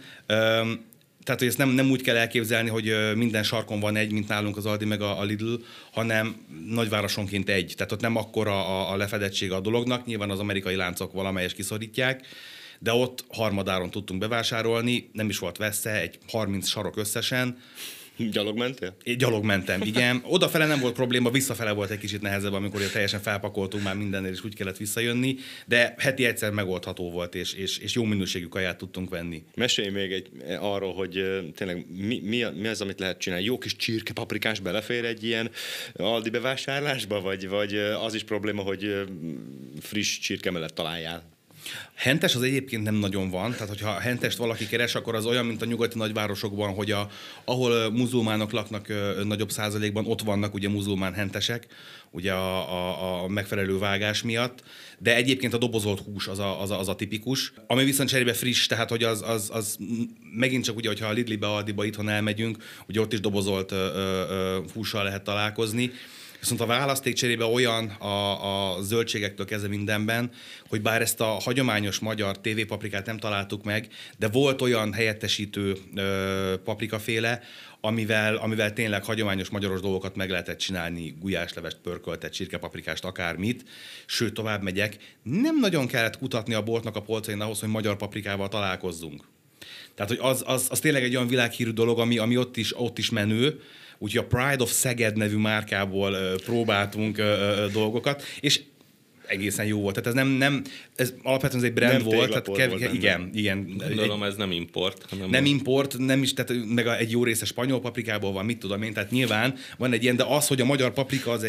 Tehát, hogy ezt nem úgy kell elképzelni, hogy minden sarkon van egy, mint nálunk az Aldi meg a Lidl, hanem nagyvárosonként egy. Tehát ott nem akkora a lefedettsége a dolognak, nyilván az amerikai láncok valamelyes kiszorítják, de ott harmadáron tudtunk bevásárolni, nem is volt veszte, egy 30 sarok összesen. Gyalog mentél? Én gyalog mentem, igen. Odafele nem volt probléma, visszafele volt egy kicsit nehezebb, amikor teljesen felpakoltunk már mindennél, és úgy kellett visszajönni, de heti egyszer megoldható volt, és jó minőségű kaját tudtunk venni. Mesélj még arról, hogy tényleg mi az, amit lehet csinálni? Jó kis csirkepaprikás belefér egy ilyen Aldi bevásárlásba, vagy az is probléma, hogy friss csirke mellett találjál? Hentes az egyébként nem nagyon van, tehát hogyha hentest valaki keres, akkor az olyan, mint a nyugati nagyvárosokban, hogy ahol muzulmánok laknak nagyobb százalékban, ott vannak ugye muzulmán hentesek, ugye a megfelelő vágás miatt, de egyébként a dobozolt hús az a tipikus, ami viszont cserébe friss, tehát hogy az megint csak ugye, hogyha a Lidlibe, Aldiba itthon elmegyünk, ugye ott is dobozolt hússal lehet találkozni. Viszont a választék cserébe olyan a zöldségektől kezdve mindenben, hogy bár ezt a hagyományos magyar tévépaprikát nem találtuk meg, de volt olyan helyettesítő paprikaféle, amivel tényleg hagyományos magyaros dolgokat meg lehetett csinálni, gulyáslevest, pörköltet, csirkepaprikást, akármit. Sőt, tovább megyek, nem nagyon kellett kutatni a boltnak a polcain ahhoz, hogy magyar paprikával találkozzunk. Tehát, hogy az tényleg egy olyan világhírű dolog, ami ott is menő. Úgyhogy a Pride of Szeged nevű márkából próbáltunk dolgokat, és egészen jó volt. Tehát ez alapvetően egy brand volt. Tehát igen. Gondolom, ez nem import. Nem import, nem is, tehát meg egy jó része spanyol paprikából van, mit tudom én, tehát nyilván van egy ilyen, de az, hogy a magyar paprika az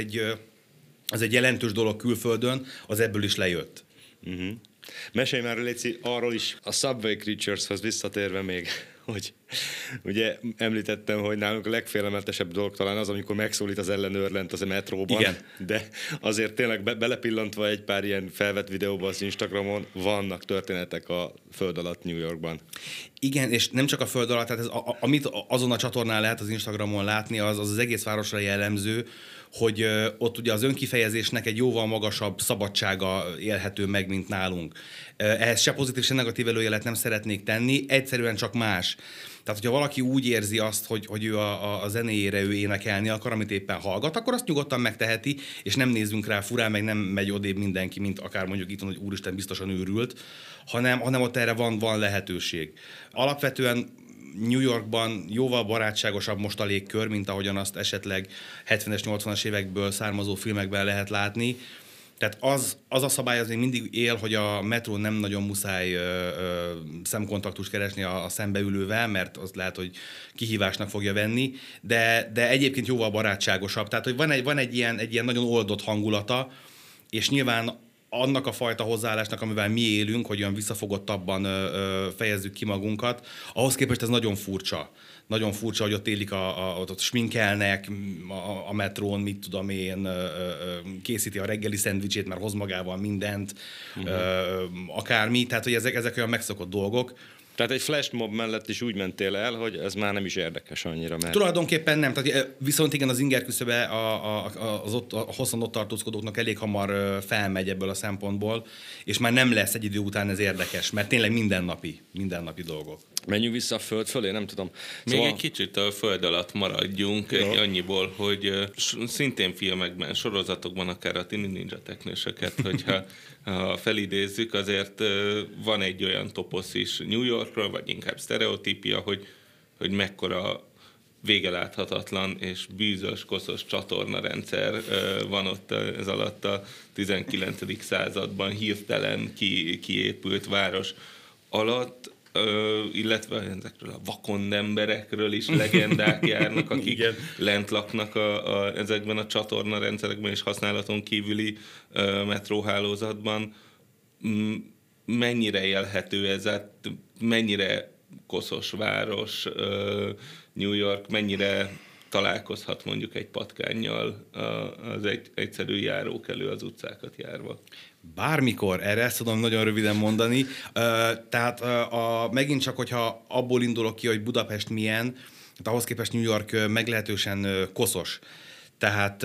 egy jelentős dolog külföldön, az ebből is lejött. Uh-huh. Mesélj már, Léci, arról is a Subway Creatures-hoz visszatérve még, hogy ugye említettem, hogy nálunk a legfélelmetesebb dolog talán az, amikor megszólít az ellenőr lent az a metróban. Igen. De azért tényleg belepillantva egy pár ilyen felvett videóba az Instagramon vannak történetek a föld alatt New Yorkban. Igen, és nem csak a föld alatt, tehát amit azon a csatornán lehet az Instagramon látni, az egész városra jellemző, hogy ott ugye az önkifejezésnek egy jóval magasabb szabadsága élhető meg, mint nálunk. Ehhez se pozitív, se negatív előjelet nem szeretnék tenni, egyszerűen csak más. Tehát, hogyha valaki úgy érzi azt, hogy ő a zenéjére ő énekelni akar, amit éppen hallgat, akkor azt nyugodtan megteheti, és nem nézzünk rá furán, meg nem megy odébb mindenki, mint akár mondjuk itt, hogy úristen biztosan őrült, hanem ott erre van lehetőség. Alapvetően New Yorkban jóval barátságosabb most a légkör, mint ahogyan azt esetleg 70-es, 80-as évekből származó filmekben lehet látni. Tehát az a szabály az még mindig él, hogy a metrón nem nagyon muszáj szemkontaktust keresni a szembeülővel, mert az lehet, hogy kihívásnak fogja venni, de egyébként jóval barátságosabb. Tehát, hogy van egy ilyen nagyon oldott hangulata, és nyilván annak a fajta hozzáállásnak, amivel mi élünk, hogy olyan visszafogottabban fejezzük ki magunkat, ahhoz képest ez nagyon furcsa. Nagyon furcsa, hogy ott élik, ott sminkelnek a metrón, mit tudom én, készíti a reggeli szendvicsét, mert hoz magával mindent, akármi. Tehát, hogy ezek olyan megszokott dolgok. Tehát egy flashmob mellett is úgy mentél el, hogy ez már nem is érdekes annyira. Mert... Tulajdonképpen nem. Tehát, viszont igen, az inger küszöbe a hosszan ott tartózkodóknak elég hamar felmegy ebből a szempontból, és már nem lesz egy idő után ez érdekes, mert tényleg mindennapi dolgok. Menjünk vissza a föld fölé, nem tudom. Még egy kicsit a föld alatt maradjunk, annyiból, hogy szintén filmekben, sorozatokban, akár a Tini Ninja Teknősöket, hogyha felidézzük, azért van egy olyan toposz is New Yorkról, vagy inkább sztereotípia, hogy mekkora végeláthatatlan és bűzös, koszos csatornarendszer van ott ez alatt a 19. században hirtelen kiépült város alatt, illetve ezekről a vakond emberekről is legendák járnak, akik lent laknak ezekben a csatornarendszerekben és használaton kívüli metróhálózatban. Mennyire élhető ez, mennyire koszos város New York, mennyire találkozhat mondjuk egy patkánnyal az egyszerű járókelő az utcákat járva? Bármikor, erre ezt tudom nagyon röviden mondani. Tehát megint csak, hogyha abból indulok ki, hogy Budapest milyen, hát ahhoz képest New York meglehetősen koszos. Tehát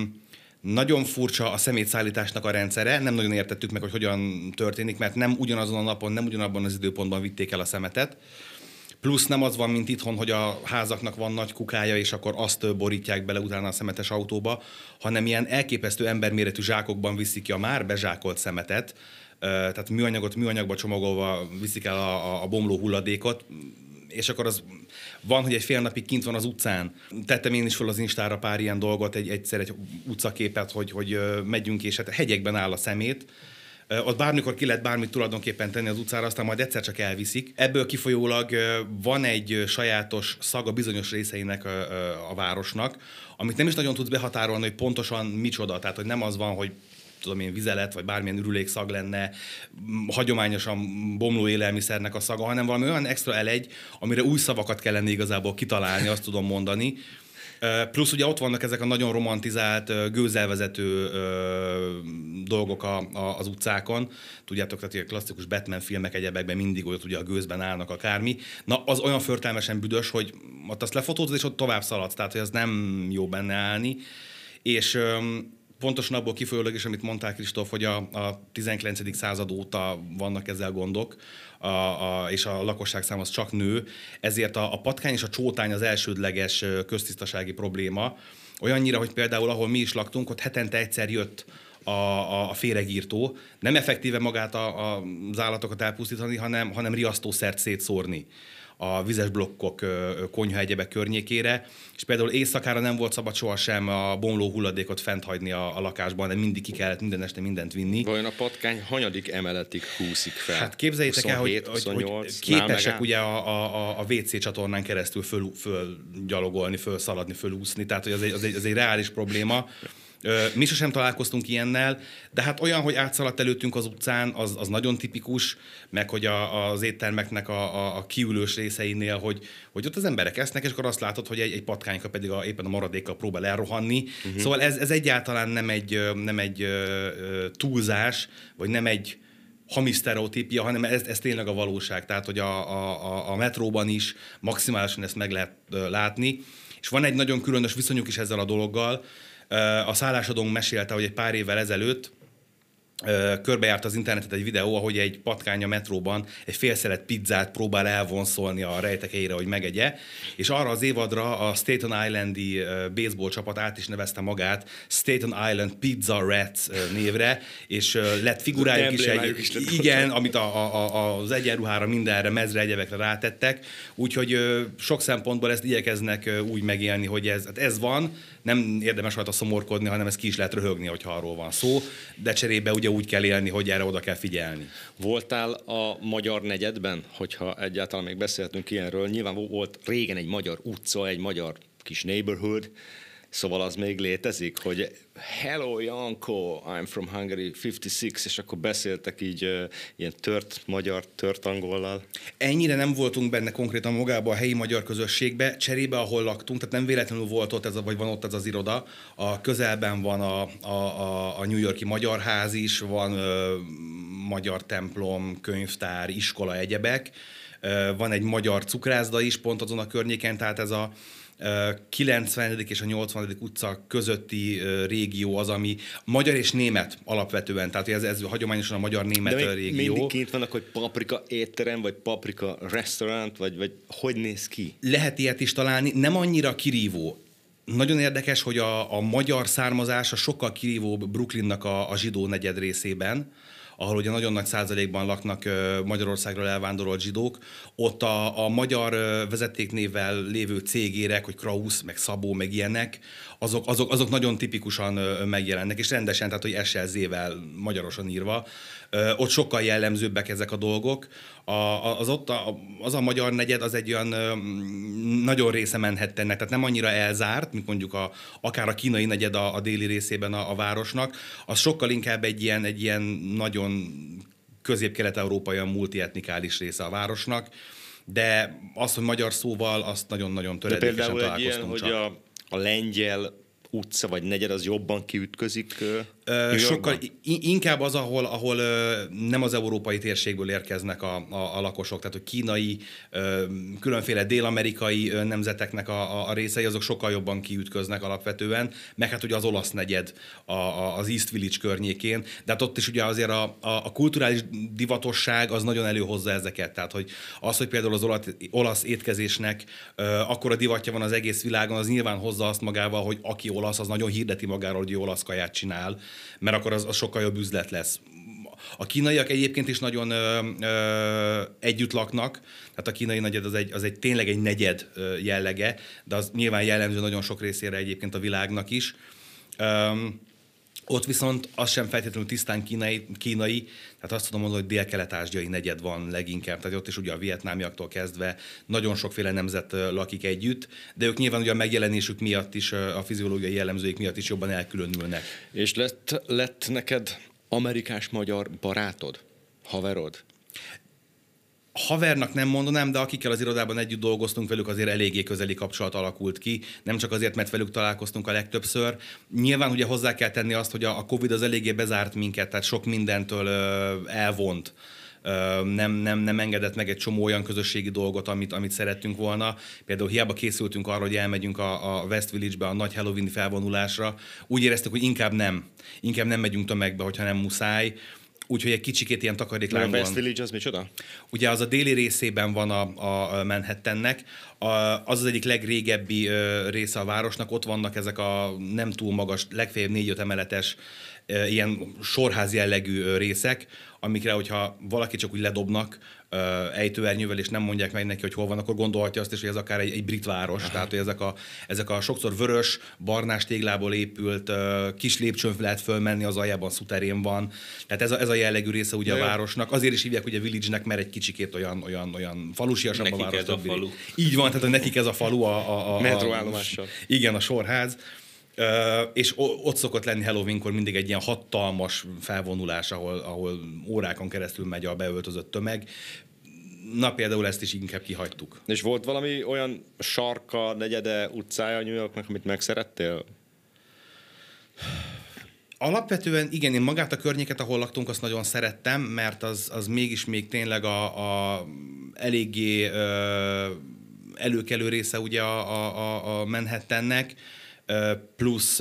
nagyon furcsa a szemétszállításnak a rendszere, nem nagyon értettük meg, hogy hogyan történik, mert nem ugyanazon a napon, nem ugyanabban az időpontban vitték el a szemetet. Plusz nem az van, mint itthon, hogy a házaknak van nagy kukája, és akkor azt borítják bele utána a szemetes autóba, hanem ilyen elképesztő emberméretű zsákokban viszik ki a már bezsákolt szemetet, tehát műanyagba csomagolva viszik el a bomló hulladékot, és akkor az van, hogy egy fél napig kint van az utcán. Tettem én is fel az Instára pár ilyen dolgot, egyszer egy utcaképet, hogy megyünk, és hát hegyekben áll a szemét. Ott bármikor ki lehet bármit tulajdonképpen tenni az utcára, aztán majd egyszer csak elviszik. Ebből kifolyólag van egy sajátos szaga bizonyos részeinek a városnak, amit nem is nagyon tudsz behatárolni, hogy pontosan micsoda. Tehát, hogy nem az van, hogy tudom én, vizelet, vagy bármilyen ürülékszag lenne, hagyományosan bomló élelmiszernek a szaga, hanem valami olyan extra elegy, amire új szavakat kellene igazából kitalálni, azt tudom mondani. Plusz ugye ott vannak ezek a nagyon romantizált, gőzelvezető dolgok az utcákon. Tudjátok, tehát a klasszikus Batman filmek egyebekben mindig ott ugye a gőzben állnak akármi. Na, az olyan förtelmesen büdös, hogy ott azt lefotózod, és ott tovább szaladsz, tehát hogy az nem jó benne állni. És pontosan abból kifolyólag is, amit mondtál, Kristóf, hogy a 19. század óta vannak ezzel gondok, és a lakosság szám az csak nő, ezért a patkány és a csótány az elsődleges köztisztasági probléma. Olyannyira, hogy például ahol mi is laktunk, ott hetente egyszer jött a féregírtó, nem effektíve magát az állatokat elpusztítani, hanem riasztószert szétszórni a vizes blokkok, konyha egyebek környékére, és például éjszakára nem volt szabad sohasem a bomló hulladékot fent hagyni a lakásban, de mindig ki kellett minden este mindent vinni. Vajon a patkány hanyadik emeletig húszik fel? Hát képzeljétek 27, el, 28, hogy képesek ugye a WC csatornán keresztül fölgyalogolni, fölszaladni, fölúszni, tehát hogy az egy reális probléma. Mi sosem találkoztunk ilyennel, de hát olyan, hogy átszaladt előttünk az utcán, az nagyon tipikus, meg hogy az éttermeknek a kiülős részeinél, hogy ott az emberek esznek, és akkor azt látod, hogy egy patkányka pedig éppen a maradékkal próbál elrohanni. Uh-huh. Szóval ez egyáltalán nem egy túlzás, vagy nem egy hamis sztereotípia, hanem ez tényleg a valóság. Tehát, hogy a metróban is maximálisan ezt meg lehet látni. És van egy nagyon különös viszonyuk is ezzel a dologgal. A szállásadónk mesélte, hogy egy pár évvel ezelőtt körbejárt az internetet egy videó, ahogy egy patkány a metróban egy félszelet pizzát próbál elvonszolni a rejtekeire, hogy megegye, és arra az évadra a Staten Islandi baseball csapat át is nevezte magát Staten Island Pizza Rats névre, és lett figurájuk is igen, amit az egyenruhára, mindenre, mezre, egyebekre rátettek, úgyhogy sok szempontból ezt igyekeznek úgy megélni, hogy ez van, nem érdemes rajta szomorkodni, hanem ezt ki is lehet röhögni, hogyha arról van szó, de cserébe ugye úgy kell élni, hogy erre oda kell figyelni. Voltál a magyar negyedben, hogyha egyáltalán még beszélhetünk ilyenről? Nyilván volt régen egy magyar utca, egy magyar kis neighborhood, szóval az még létezik, hogy hello Janko, I'm from Hungary, 56, és akkor beszéltek így ilyen tört magyar, tört angollal. Ennyire nem voltunk benne konkrétan magában a helyi magyar közösségbe, cserébe, ahol laktunk, tehát nem véletlenül volt ott vagy van ott ez az iroda. A közelben van a New York-i Magyar Ház is, van magyar templom, könyvtár, iskola, egyebek. Van egy magyar cukrászda is pont azon a környéken, tehát 90. és a 80. utca közötti régió az, ami magyar és német alapvetően, tehát ez hagyományosan a magyar-német régió. Mindig kint vannak, hogy paprika étterem, vagy paprika restaurant, vagy hogy néz ki? Lehet ilyet is találni, nem annyira kirívó. Nagyon érdekes, hogy a magyar származás a sokkal kirívóbb Brooklynnak a zsidó negyed részében, ahol ugye nagyon nagy százalékban laknak Magyarországról elvándorolt zsidók. Ott a magyar vezetéknévvel lévő cégérek, hogy Krausz, meg Szabó, meg ilyenek, azok nagyon tipikusan megjelennek, és rendesen, tehát hogy S-sel, Z-vel magyarosan írva. Ott sokkal jellemzőbbek ezek a dolgok. Az a magyar negyed az egy olyan nagyon része Manhattannek, tehát nem annyira elzárt, mint mondjuk akár a kínai negyed a déli részében a városnak. Az sokkal inkább egy ilyen nagyon közép-kelet-európai, olyan multietnikális része a városnak, de az, hogy magyar szóval, azt nagyon-nagyon töredékesen találkoztunk. De például egy ilyen, hogy a lengyel utca vagy negyed az jobban kiütközik? Sokkal inkább az, ahol nem az európai térségből érkeznek a lakosok, tehát hogy kínai, különféle dél-amerikai nemzeteknek a részei, azok sokkal jobban kiütköznek alapvetően, meg hát ugye az olasz negyed az East Village környékén, de hát ott is ugye azért a kulturális divatosság az nagyon előhozza ezeket, tehát hogy az, hogy például az olasz étkezésnek akkora divatja van az egész világon, az nyilván hozza azt magával, hogy aki olasz, az nagyon hirdeti magáról, hogy olasz kaját csinál, mert akkor az sokkal jobb üzlet lesz. A kínaiak egyébként is nagyon együtt laknak, tehát a kínai negyed az egy tényleg egy negyed jellege, de az nyilván jellemző nagyon sok részére egyébként a világnak is. Ott viszont az sem feltétlenül tisztán kínai, tehát azt tudom mondani, hogy dél-kelet-ázsiai negyed van leginkább, tehát ott is ugye a vietnámiaktól kezdve nagyon sokféle nemzet lakik együtt, de ők nyilván ugye a megjelenésük miatt is, a fiziológiai jellemzőik miatt is jobban elkülönülnek. És lett neked amerikás-magyar barátod, haverod? Havernak nem mondanám, de akikkel az irodában együtt dolgoztunk velük, azért eléggé közeli kapcsolat alakult ki. Nem csak azért, mert velük találkoztunk a legtöbbször. Nyilván ugye hozzá kell tenni azt, hogy a Covid az eléggé bezárt minket, tehát sok mindentől elvont. Nem engedett meg egy csomó olyan közösségi dolgot, amit szerettünk volna. Például hiába készültünk arra, hogy elmegyünk a West Village-be a nagy Halloween felvonulásra. Úgy éreztük, hogy inkább nem megyünk tömegbe, hogyha nem muszáj. Úgyhogy egy kicsikét ilyen takarékláng van. A West Village az micsoda? Ugye az a déli részében van a Manhattannek, az egyik legrégebbi része a városnak, ott vannak ezek a nem túl magas, legfeljebb 4-5 emeletes ilyen sorház jellegű részek, amikre, hogyha valaki csak úgy ledobnak ejtőernyővel, és nem mondják meg neki, hogy hol van, akkor gondolhatja azt is, hogy ez akár egy brit város. Aha. Tehát, hogy ezek a sokszor vörös, barnás téglából épült, kis lépcsőn lehet fölmenni, az aljában szuterén van. Tehát ez a jellegű része ugye a városnak. Azért is hívják ugye Village-nek, mert egy kicsikét olyan falusiasabb a város. Ez a falu. Így van, tehát nekik ez a falu a metróállomással. Igen, a sorház. És ott szokott lenni Halloweenkor mindig egy ilyen hatalmas felvonulás, ahol órákon keresztül megy a beöltözött tömeg. Na például ezt is inkább kihagytuk. És volt valami olyan sarka, negyede, utcája New Yorknak, amit megszerettél? Alapvetően igen, én magát a környéket, ahol laktunk, azt nagyon szerettem, mert az mégis még tényleg a eléggé előkelő része ugye a Manhattannek, plusz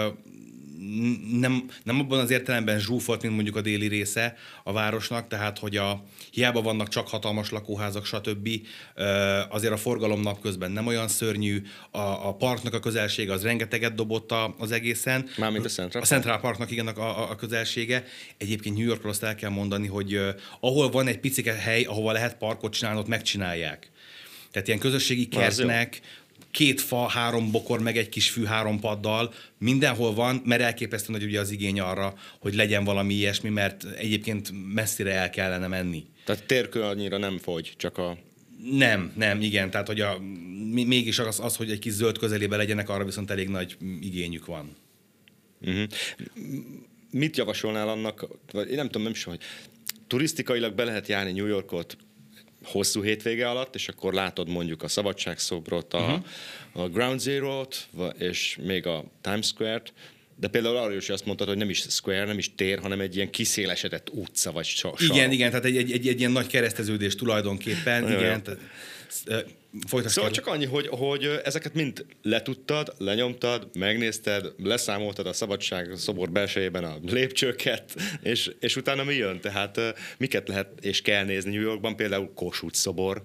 nem abban az értelemben zsúfolt, mint mondjuk a déli része a városnak, tehát hogy hiába vannak csak hatalmas lakóházak, stb. Azért a forgalom napközben nem olyan szörnyű, a parknak a közelsége az rengeteget dobott az egészen. Mármint a Central Park? A Central Parknak igen a közelsége. Egyébként New Yorkról azt el kell mondani, hogy ahol van egy picike hely, ahova lehet parkot csinálni, ott megcsinálják. Tehát ilyen közösségi kertnek, 2 fa, 3 bokor, meg egy kis fű 3 paddal, mindenhol van, mert elképesztő nagy ugye az igény arra, hogy legyen valami ilyesmi, mert egyébként messzire el kellene menni. Tehát térkör annyira nem fogy, csak a... Nem, igen, tehát hogy mégis az, hogy egy kis zöld közelébe legyenek, arra viszont elég nagy igényük van. Uh-huh. Mit javasolnál annak, vagy én nem tudom, hogy turisztikailag be lehet járni New Yorkot hosszú hétvége alatt, és akkor látod mondjuk a Szabadságszobrot, a Ground Zero-t, és még a Times Square-t, De például arról is azt mondtad, hogy nem is square, nem is tér, hanem egy ilyen kiszélesedett utca, vagy sarok. Igen, tehát egy ilyen nagy kereszteződés tulajdonképpen, igen. Szóval csak annyi, hogy ezeket mind letudtad, lenyomtad, megnézted, leszámoltad a Szabadság szobor belsejében a lépcsőket, és utána mi jön? Tehát miket lehet és kell nézni New Yorkban, például Kossuth szobor.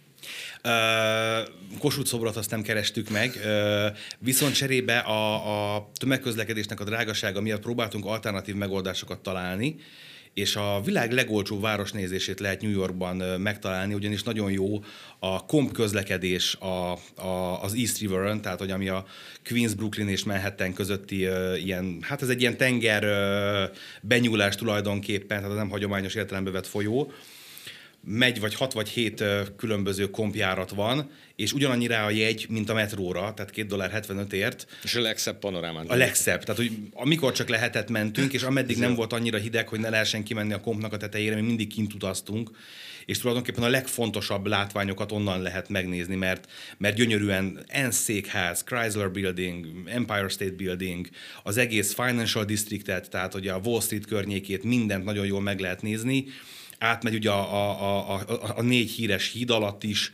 Kossuth szobrot azt nem kerestük meg, viszont cserébe a tömegközlekedésnek a drágasága miatt próbáltunk alternatív megoldásokat találni, és a világ legolcsóbb városnézését lehet New Yorkban megtalálni, ugyanis nagyon jó a komp közlekedés az East Riveren, tehát hogy ami a Queens, Brooklyn és Manhattan közötti ilyen, hát ez egy ilyen tenger benyúlás tulajdonképpen, tehát nem hagyományos értelembe vett folyó, megy vagy 6 vagy 7 különböző kompjárat van, és ugyanannyira a jegy, mint a metróra, tehát $2.75. És a legszebb panorámán. A legszebb. Tehát, hogy amikor csak lehetett, mentünk, és ameddig nem volt annyira hideg, hogy ne lehessen kimenni a kompnak a tetejére, mi mindig kint utaztunk, és tulajdonképpen a legfontosabb látványokat onnan lehet megnézni, mert gyönyörűen ENSZ székház, Chrysler Building, Empire State Building, az egész Financial Districtet, tehát hogy a Wall Street környékét, mindent nagyon jól meg lehet nézni. Átmegy ugye a 4 híres híd alatt is,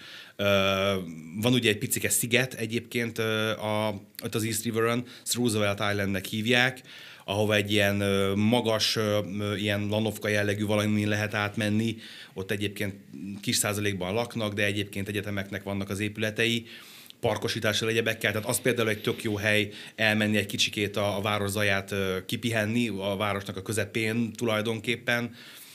van ugye egy picike sziget egyébként ott az East Riveren, Roosevelt Islandnek hívják, ahova egy ilyen magas, ilyen lanovka jellegű valamin lehet átmenni, ott egyébként kis százalékban laknak, de egyébként egyetemeknek vannak az épületei, parkosítással, egyebekkel, tehát az például egy tök jó hely elmenni egy kicsikét a város zaját kipihenni, a városnak a közepén tulajdonképpen.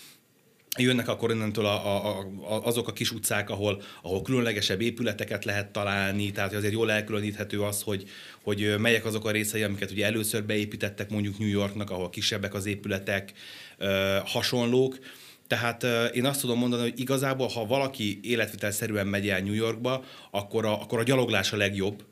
Jönnek akkor innentől azok a kis utcák, ahol különlegesebb épületeket lehet találni, tehát azért jól elkülöníthető az, hogy melyek azok a részei, amiket ugye először beépítettek mondjuk New Yorknak, ahol kisebbek az épületek, hasonlók. Tehát én azt tudom mondani, hogy igazából, ha valaki életvitelszerűen megy el New Yorkba, akkor a gyaloglás a legjobb.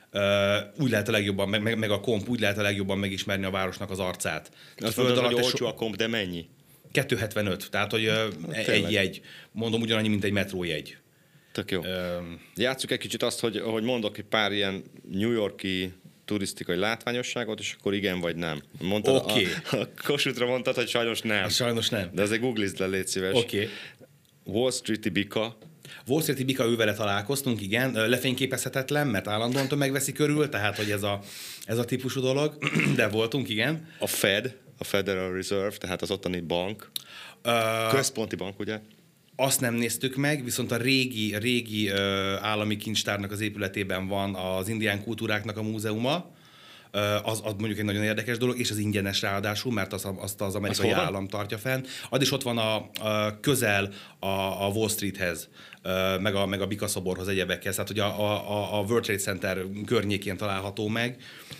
Úgy lehet a legjobban, meg a komp, úgy lehet a legjobban megismerni a városnak az arcát. Azt mondod, hogy olcsó a komp, de mennyi? 2,75, tehát hogy egy jegy, mondom ugyanannyi, mint egy metrójegy. Tök jó. Játsszuk egy kicsit azt, hogy mondok egy pár ilyen New York-i turisztikai látványosságot, és akkor igen vagy nem. Oké. A Kossuthra mondtad, hogy sajnos nem. Sajnos nem. De azért googlizd le, légy szíves. Oké. Wall Street-i bika. Wall Street-i bika, ővele találkoztunk, igen. Lefényképezhetetlen, mert állandóan tömegveszi körül, tehát hogy ez a típusú dolog, de voltunk, igen. A Fed, a Federal Reserve, tehát az ottani bank. Központi bank, ugye? Azt nem néztük meg, viszont a régi állami kincstárnak az épületében van az indián kultúráknak a múzeuma. Az mondjuk egy nagyon érdekes dolog, és az ingyenes ráadásul, mert azt az amerikai állam tartja fenn. Az is ott van a közel a Wall Streethez, meg a Bika szoborhoz, egyebekhez, tehát hogy a World Trade Center környékén található meg.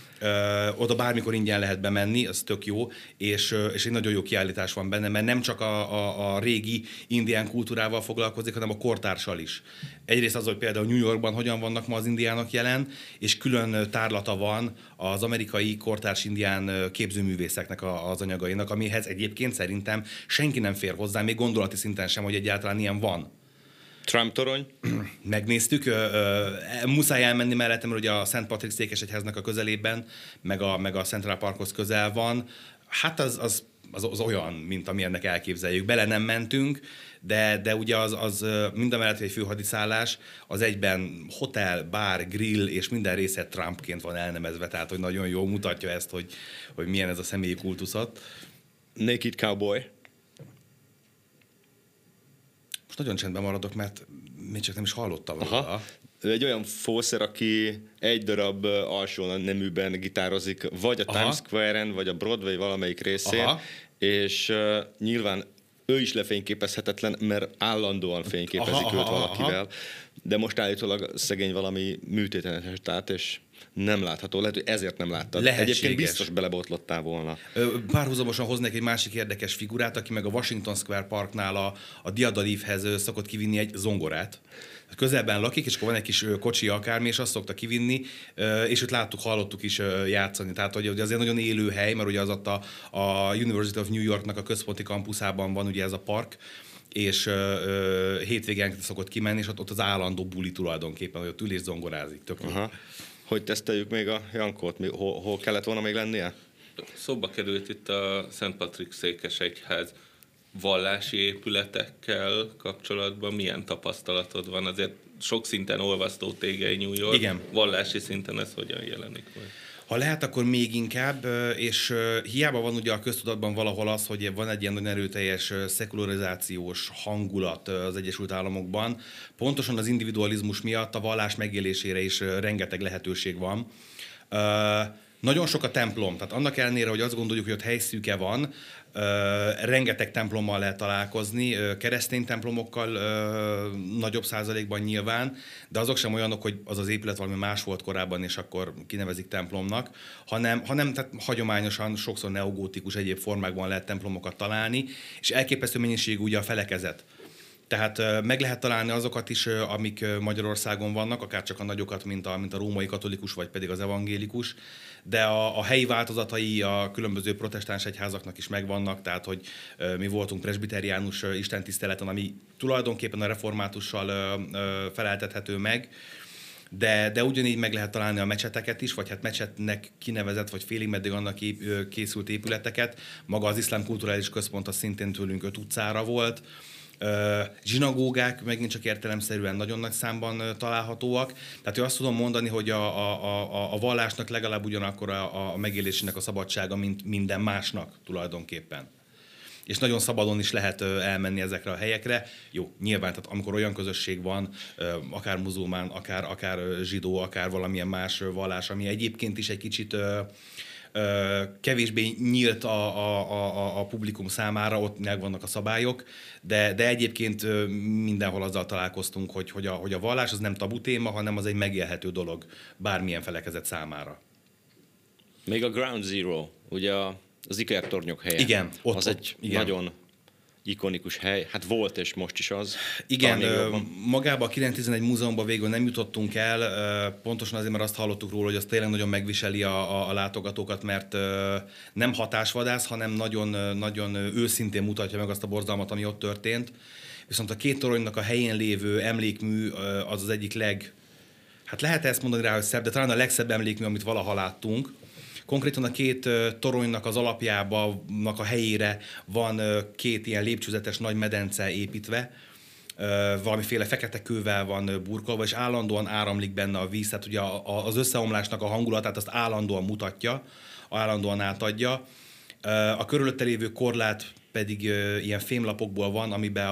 Oda bármikor ingyen lehet bemenni, az tök jó, és egy nagyon jó kiállítás van benne, mert nem csak a régi indián kultúrával foglalkozik, hanem a kortársal is. Egyrészt az, hogy például New Yorkban hogyan vannak ma az indiánok jelen, és külön tárlata van az amerikai kortárs indián képzőművészeknek az anyagainak, amihez egyébként szerintem senki nem fér hozzá, még gondolati szinten sem, hogy egyáltalán ilyen van. Trump torony? Megnéztük, muszáj elmenni mellettem, mert ugye a Szent Patrik székesegyháznak a közelében, meg a Central Parkhoz közel van. Hát az olyan, mint amilyennek elképzeljük. Bele nem mentünk, de ugye az mindamellett, hogy egy főhadiszállás, az egyben hotel, bár, grill és minden része Trumpként van elnevezve, tehát hogy nagyon jól mutatja ezt, hogy milyen ez a személyi kultuszot. Naked Cowboy. Nagyon csendben maradok, mert még csak nem is hallottam róla. Ő egy olyan fószer, aki egy darab alsó neműben gitározik, vagy a Times Square-en, vagy a Broadway valamelyik részén, és nyilván ő is lefényképezhetetlen, mert állandóan fényképezik őt valakivel, de most állítólag szegény valami műtéten esett át, és nem látható. Lehet, hogy ezért nem láttad. Lehetséges. Egyébként biztos belebotlottál volna. Párhuzamosan hoznék egy másik érdekes figurát, aki meg a Washington Square Parknál a Diadalívhez szokott kivinni egy zongorát. Közelben lakik, és akkor van egy kis kocsi akármi, és azt szokta kivinni, és őt láttuk, hallottuk is játszani. Tehát, hogy azért nagyon élő hely, mert ugye az ott a University of New Yorknak a központi kampuszában van ugye ez a park, és hétvégén szokott kimenni, és ott az állandó buli tulajdonképpen, hogy ott ül és zongorázik. Tök. Hogy teszteljük még a Jankót? Hol kellett volna még lennie? Szóba került itt a Szent Patrik székesegyház vallási épületekkel kapcsolatban. Milyen tapasztalatod van? Azért sok szinten olvasztó tégely New York. Igen. Vallási szinten ez hogyan jelenik majd? Ha lehet, akkor még inkább, és hiába van ugye a köztudatban valahol az, hogy van egy ilyen nagyon erőteljes szekularizációs hangulat az Egyesült Államokban, pontosan az individualizmus miatt a vallás megélésére is rengeteg lehetőség van. Nagyon sok a templom, tehát annak ellenére, hogy azt gondoljuk, hogy ott helyszűke van, rengeteg templommal lehet találkozni, keresztény templomokkal nagyobb százalékban nyilván, de azok sem olyanok, hogy az az épület valami más volt korábban, és akkor kinevezik templomnak, hanem tehát hagyományosan sokszor neogótikus egyéb formákban lehet templomokat találni, és elképesztő mennyiségű ugye a felekezet. Tehát meg lehet találni azokat is, amik Magyarországon vannak, akár csak a nagyokat, mint a római katolikus, vagy pedig az evangélikus, de a helyi változatai a különböző protestáns egyházaknak is megvannak, tehát hogy mi voltunk presbiteriánus istentiszteleten, ami tulajdonképpen a reformátussal feleltethető meg, de ugyanígy meg lehet találni a mecseteket is, vagy hát mecsetnek kinevezett, vagy félig meddig annak készült épületeket. Maga az iszlám kulturális központ az szintén tőlünk 5 utcára volt. Zsinagógák megint csak értelemszerűen nagyon nagy számban találhatóak. Tehát azt tudom mondani, hogy a vallásnak legalább ugyanakkor a megélésének a szabadsága, mint minden másnak tulajdonképpen. És nagyon szabadon is lehet elmenni ezekre a helyekre. Jó, nyilván, tehát amikor olyan közösség van, akár muzulmán, akár zsidó, akár valamilyen más vallás, ami egyébként is egy kicsit kevésbé nyílt a publikum számára, ott megvannak a szabályok, de egyébként mindenhol azzal találkoztunk, hogy a vallás az nem tabu téma, hanem az egy megélhető dolog bármilyen felekezet számára. Még a Ground Zero, ugye az ikertornyok helye. Igen, az egy nagyon ikonikus hely. Hát volt, és most is az. Igen, magában a 911 múzeumban végül nem jutottunk el, pontosan azért, mert azt hallottuk róla, hogy az tényleg nagyon megviseli a látogatókat, mert nem hatásvadász, hanem nagyon, nagyon őszintén mutatja meg azt a borzalmat, ami ott történt. Viszont a 2 toronynak a helyén lévő emlékmű az egyik hát lehet ezt mondani rá, hogy szebb, de talán a legszebb emlékmű, amit valaha láttunk. Konkrétan a 2 toronynak az alapjának a helyére van 2 ilyen lépcsőzetes nagy medence építve, valamiféle fekete kővel van burkolva, és állandóan áramlik benne a víz, tehát ugye az összeomlásnak a hangulatát azt állandóan mutatja, állandóan átadja. A körülötte lévő korlát pedig ilyen fémlapokból van, amiben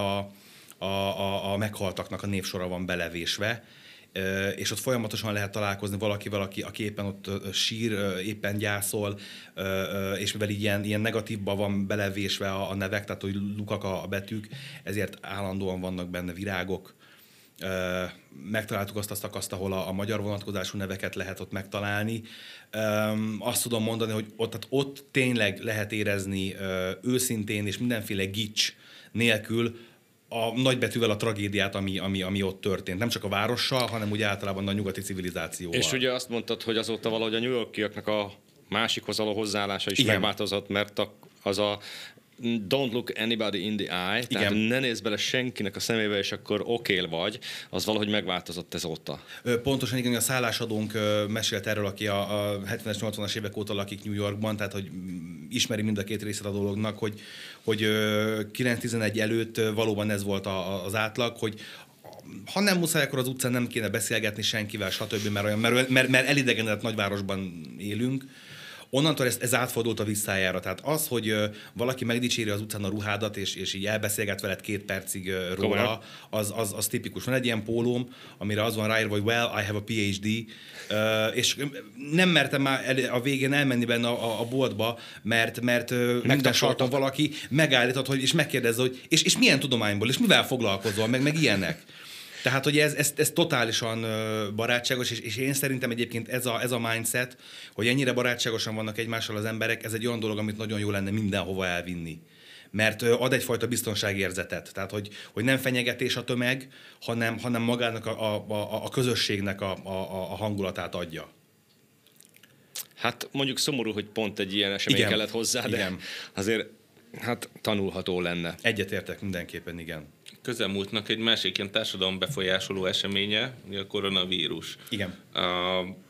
a meghaltaknak a névsora van belevésve, és ott folyamatosan lehet találkozni valakivel, aki éppen ott sír, éppen gyászol, és mivel így ilyen negatívban van belevésve a nevek, tehát hogy lukak a betűk, ezért állandóan vannak benne virágok. Megtaláltuk azt a szakaszt, ahol a magyar vonatkozású neveket lehet ott megtalálni. Azt tudom mondani, hogy ott tényleg lehet érezni őszintén és mindenféle gics nélkül a nagybetűvel a tragédiát, ami ott történt. Nem csak a várossal, hanem úgy általában a nyugati civilizációval. És ugye azt mondtad, hogy azóta valahogy a New Yorkiaknak a másikhoz való hozzáállása is megváltozott, mert az a don't look anybody in the eye, tehát ne nézz bele senkinek a szemébe, és akkor okél vagy, az valahogy megváltozott ezóta. Pontosan igen, a szállásadónk mesélt erről, aki a 70-es, 80-as évek óta lakik New Yorkban, tehát hogy ismeri mind a 2 részét a dolognak, hogy 9-11 előtt valóban ez volt az átlag, hogy ha nem muszáj, akkor az utcán nem kéne beszélgetni senkivel, stb., mert elidegenedett nagyvárosban élünk. Onnantól ez átfordult a visszájára. Tehát az, hogy valaki megdicséri az utcán a ruhádat, és így elbeszélget veled 2 percig róla, az tipikus. Van egy ilyen pólóm, amire az van ráírva, hogy well, I have a PhD, és nem mertem már a végén elmenni benne a boltba, mert minden sarkon valaki megállított, és megkérdezze, hogy és milyen tudományból, és mivel foglalkozol, meg ilyenek. Tehát, hogy ez totálisan barátságos, és én szerintem egyébként ez a mindset, hogy ennyire barátságosan vannak egymással az emberek, ez egy olyan dolog, amit nagyon jó lenne mindenhova elvinni. Mert ad egyfajta biztonságérzetet. Tehát, hogy nem fenyegetés a tömeg, hanem magának a közösségnek a hangulatát adja. Hát mondjuk szomorú, hogy pont egy ilyen esemény kellett hozzá, de azért tanulható lenne. Egyetértek mindenképpen, igen. Közelmúltnak egy másik ilyen társadalom befolyásoló eseménye, a koronavírus. Igen.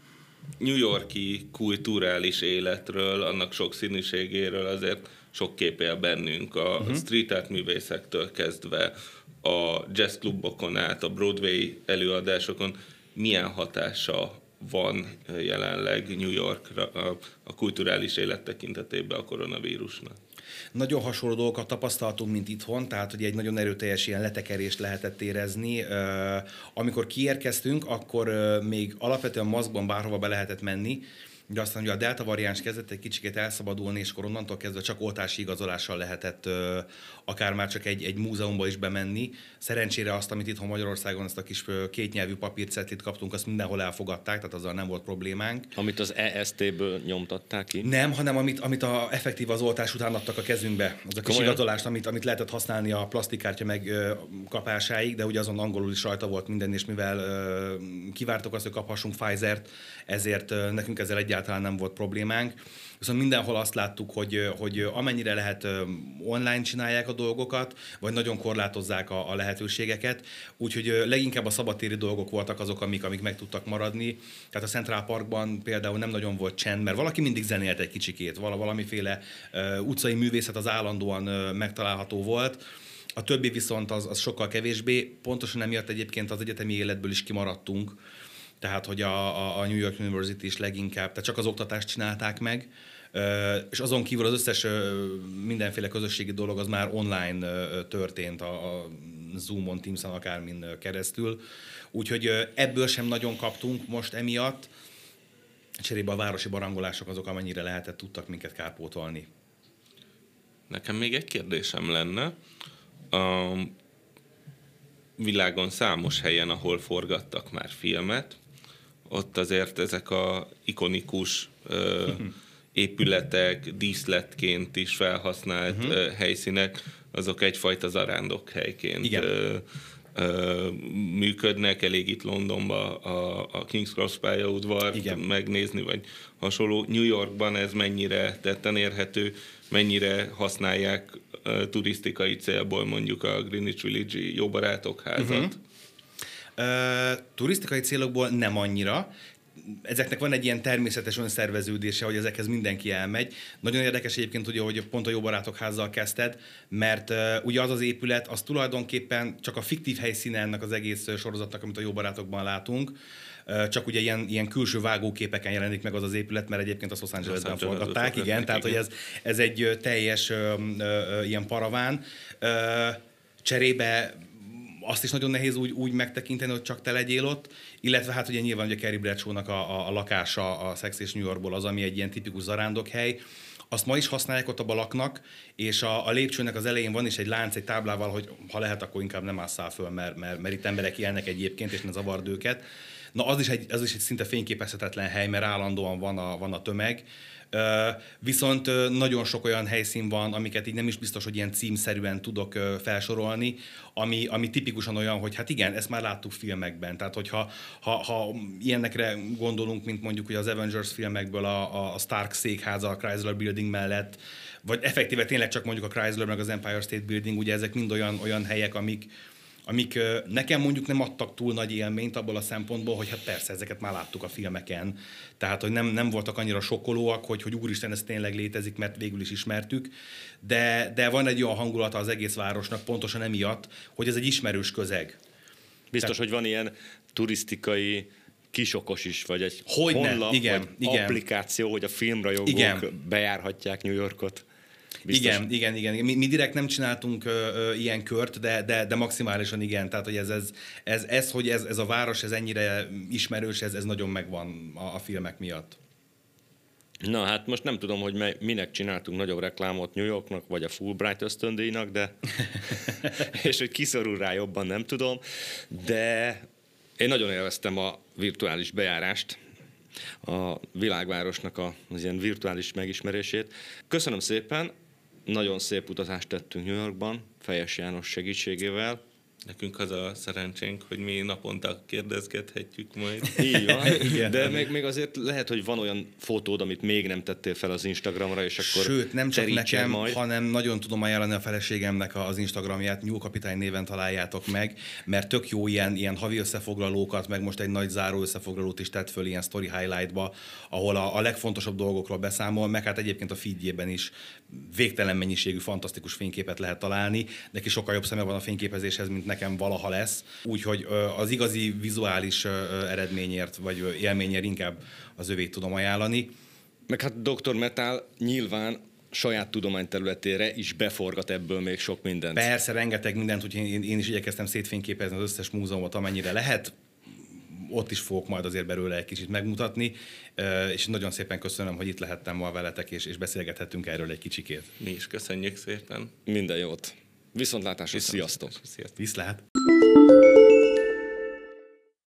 New York-i kulturális életről, annak sokszínűségéről azért sok kép él bennünk, a street art művészektől kezdve, a jazzklubokon át, a Broadway előadásokon milyen hatása van jelenleg New Yorkra a kulturális élet tekintetében a koronavírusnak? Nagyon hasonló dolgokat tapasztaltunk, mint itthon, tehát hogy egy nagyon erőteljes ilyen letekerést lehetett érezni. Amikor kiérkeztünk, akkor még alapvetően maszkban bárhova be lehetett menni, de aztán ugye a delta variáns kezdett egy kicsit elszabadulni, és akkor onnantól kezdve csak oltási igazolással lehetett akár már csak egy múzeumba is bemenni. Szerencsére azt, amit itthon Magyarországon, ezt a kis kétnyelvű papírcetlit kaptunk, azt mindenhol elfogadták, tehát azzal nem volt problémánk. Amit az EST-ből nyomtatták ki? Nem, hanem amit effektív az oltás után adtak a kezünkbe. Az a kis igazolást, amit lehetett használni a plastikkártya megkapásáig, de ugye azon angolul is rajta volt minden, és mivel kivártok azt, hogy kaphassunk Pfizer-t, ezért nekünk ezzel egyáltalán nem volt problémánk. Viszont mindenhol azt láttuk, hogy amennyire lehet online csinálják a dolgokat, vagy nagyon korlátozzák a lehetőségeket. Úgyhogy leginkább a szabadtéri dolgok voltak azok, amik meg tudtak maradni. Tehát a Central Parkban például nem nagyon volt csend, mert valaki mindig zenélt egy kicsikét, valamiféle utcai művészet az állandóan megtalálható volt. A többi viszont az sokkal kevésbé. Pontosan emiatt egyébként az egyetemi életből is kimaradtunk. Tehát, hogy a New York University is leginkább, tehát csak az oktatást csinálták meg, és azon kívül az összes mindenféle közösségi dolog az már online történt, a Zoomon, Teamson, akármin keresztül. Úgyhogy ebből sem nagyon kaptunk most emiatt. Cserébe a városi barangolások azok, amennyire lehetett, tudtak minket kárpótolni. Nekem még egy kérdésem lenne. A világon számos helyen, ahol forgattak már filmet, ott azért ezek a ikonikus épületek, díszletként is felhasznált helyszínek, azok egyfajta zarándokhelyként működnek. Elég itt Londonban a King's Cross pályaudvart megnézni, vagy hasonló. New Yorkban ez mennyire tetten érhető, mennyire használják turisztikai célból mondjuk a Greenwich Village-i Jó Barátok házat? Turisztikai célokból nem annyira. Ezeknek van egy ilyen természetes önszerveződése, hogy ezekhez mindenki elmegy. Nagyon érdekes egyébként, ugye, hogy pont a Jó Barátok házzal kezdted, mert ugye az épület, az tulajdonképpen csak a fiktív helyszíne ennek az egész sorozatnak, amit a Jó Barátokban látunk. Csak ugye ilyen külső vágóképeken jelenik meg az épület, mert egyébként azt Los Angelesben forgatták. Igen, tehát hogy ez egy teljes ilyen paraván. Cserébe azt is nagyon nehéz úgy megtekinteni, hogy csak te legyél ott, illetve hát ugye nyilván ugye Carrie Bradshaw-nak a lakása a Sex és New Yorkból az, ami egy ilyen tipikus zarándokhely. Azt ma is használják, ott abban laknak, és a lépcsőnek az elején van is egy lánc, egy táblával, hogy ha lehet, akkor inkább nem ásszál föl, mert itt emberek élnek egyébként, és ne zavard őket. Na az is egy szinte fényképezhetetlen hely, mert állandóan van a tömeg. Viszont nagyon sok olyan helyszín van, amiket így nem is biztos, hogy ilyen címszerűen tudok felsorolni, ami tipikusan olyan, hogy hát igen, ezt már láttuk filmekben. Tehát, hogyha ilyenekre gondolunk, mint mondjuk ugye az Avengers filmekből a Stark székháza a Chrysler Building mellett, vagy effektíve tényleg csak mondjuk a Chrysler meg az Empire State Building, ugye ezek mind olyan helyek, amik nekem mondjuk nem adtak túl nagy élményt abból a szempontból, hogy hát persze, ezeket már láttuk a filmeken. Tehát, hogy nem voltak annyira sokkolóak, hogy úristen, ez tényleg létezik, mert végül is ismertük. De van egy olyan hangulata az egész városnak, pontosan emiatt, hogy ez egy ismerős közeg. Biztos, hogy van ilyen turisztikai kisokos is, vagy egy honlap, vagy applikáció, hogy a filmrajongók bejárhatják New Yorkot. Biztos. Igen. Mi direkt nem csináltunk ilyen kört, de maximálisan igen. Tehát, hogy ez a város, ez ennyire ismerős, ez nagyon megvan a filmek miatt. Na hát most nem tudom, hogy minek csináltunk nagyobb reklámot New Yorknak, vagy a Fulbright ösztöndíjnak, de és hogy kiszorul rá jobban, nem tudom, de én nagyon élveztem a virtuális bejárást, a világvárosnak az ilyen virtuális megismerését. Köszönöm szépen, nagyon szép utazást tettünk New Yorkban, Fejes János segítségével. Nekünk az a szerencsénk, hogy mi naponta kérdezgethetjük majd. Így van, de még azért lehet, hogy van olyan fotód, amit még nem tettél fel az Instagramra, és akkor Sőt, nem csak nekem, majd. hanem nagyon tudom ajánlani a feleségemnek az Instagramját, Nyúlkapitány néven találjátok meg, mert tök jó ilyen havi összefoglalókat, meg most egy nagy záró összefoglalót is tett föl ilyen story highlightba, ahol a legfontosabb dolgokról beszámol, meg hát egyébként a feedjében is végtelen mennyiségű, fantasztikus fényképet lehet találni. Neki sokkal jobb szeme van a fényképezéshez, mint nekem valaha lesz. Úgyhogy az igazi vizuális eredményért, vagy élményért inkább az övét tudom ajánlani. Meg hát Dr. Metal nyilván saját tudományterületére is beforgat ebből még sok mindent. Persze, rengeteg mindent, úgyhogy én is igyekeztem szétfényképezni az összes múzeumot, amennyire lehet. Ott is fogok majd azért belőle egy kicsit megmutatni, és nagyon szépen köszönöm, hogy itt lehettem ma veletek, és beszélgethettünk erről egy kicsikét. Mi is köszönjük szépen. Minden jót. Viszontlátásra, sziasztok! Viszlát!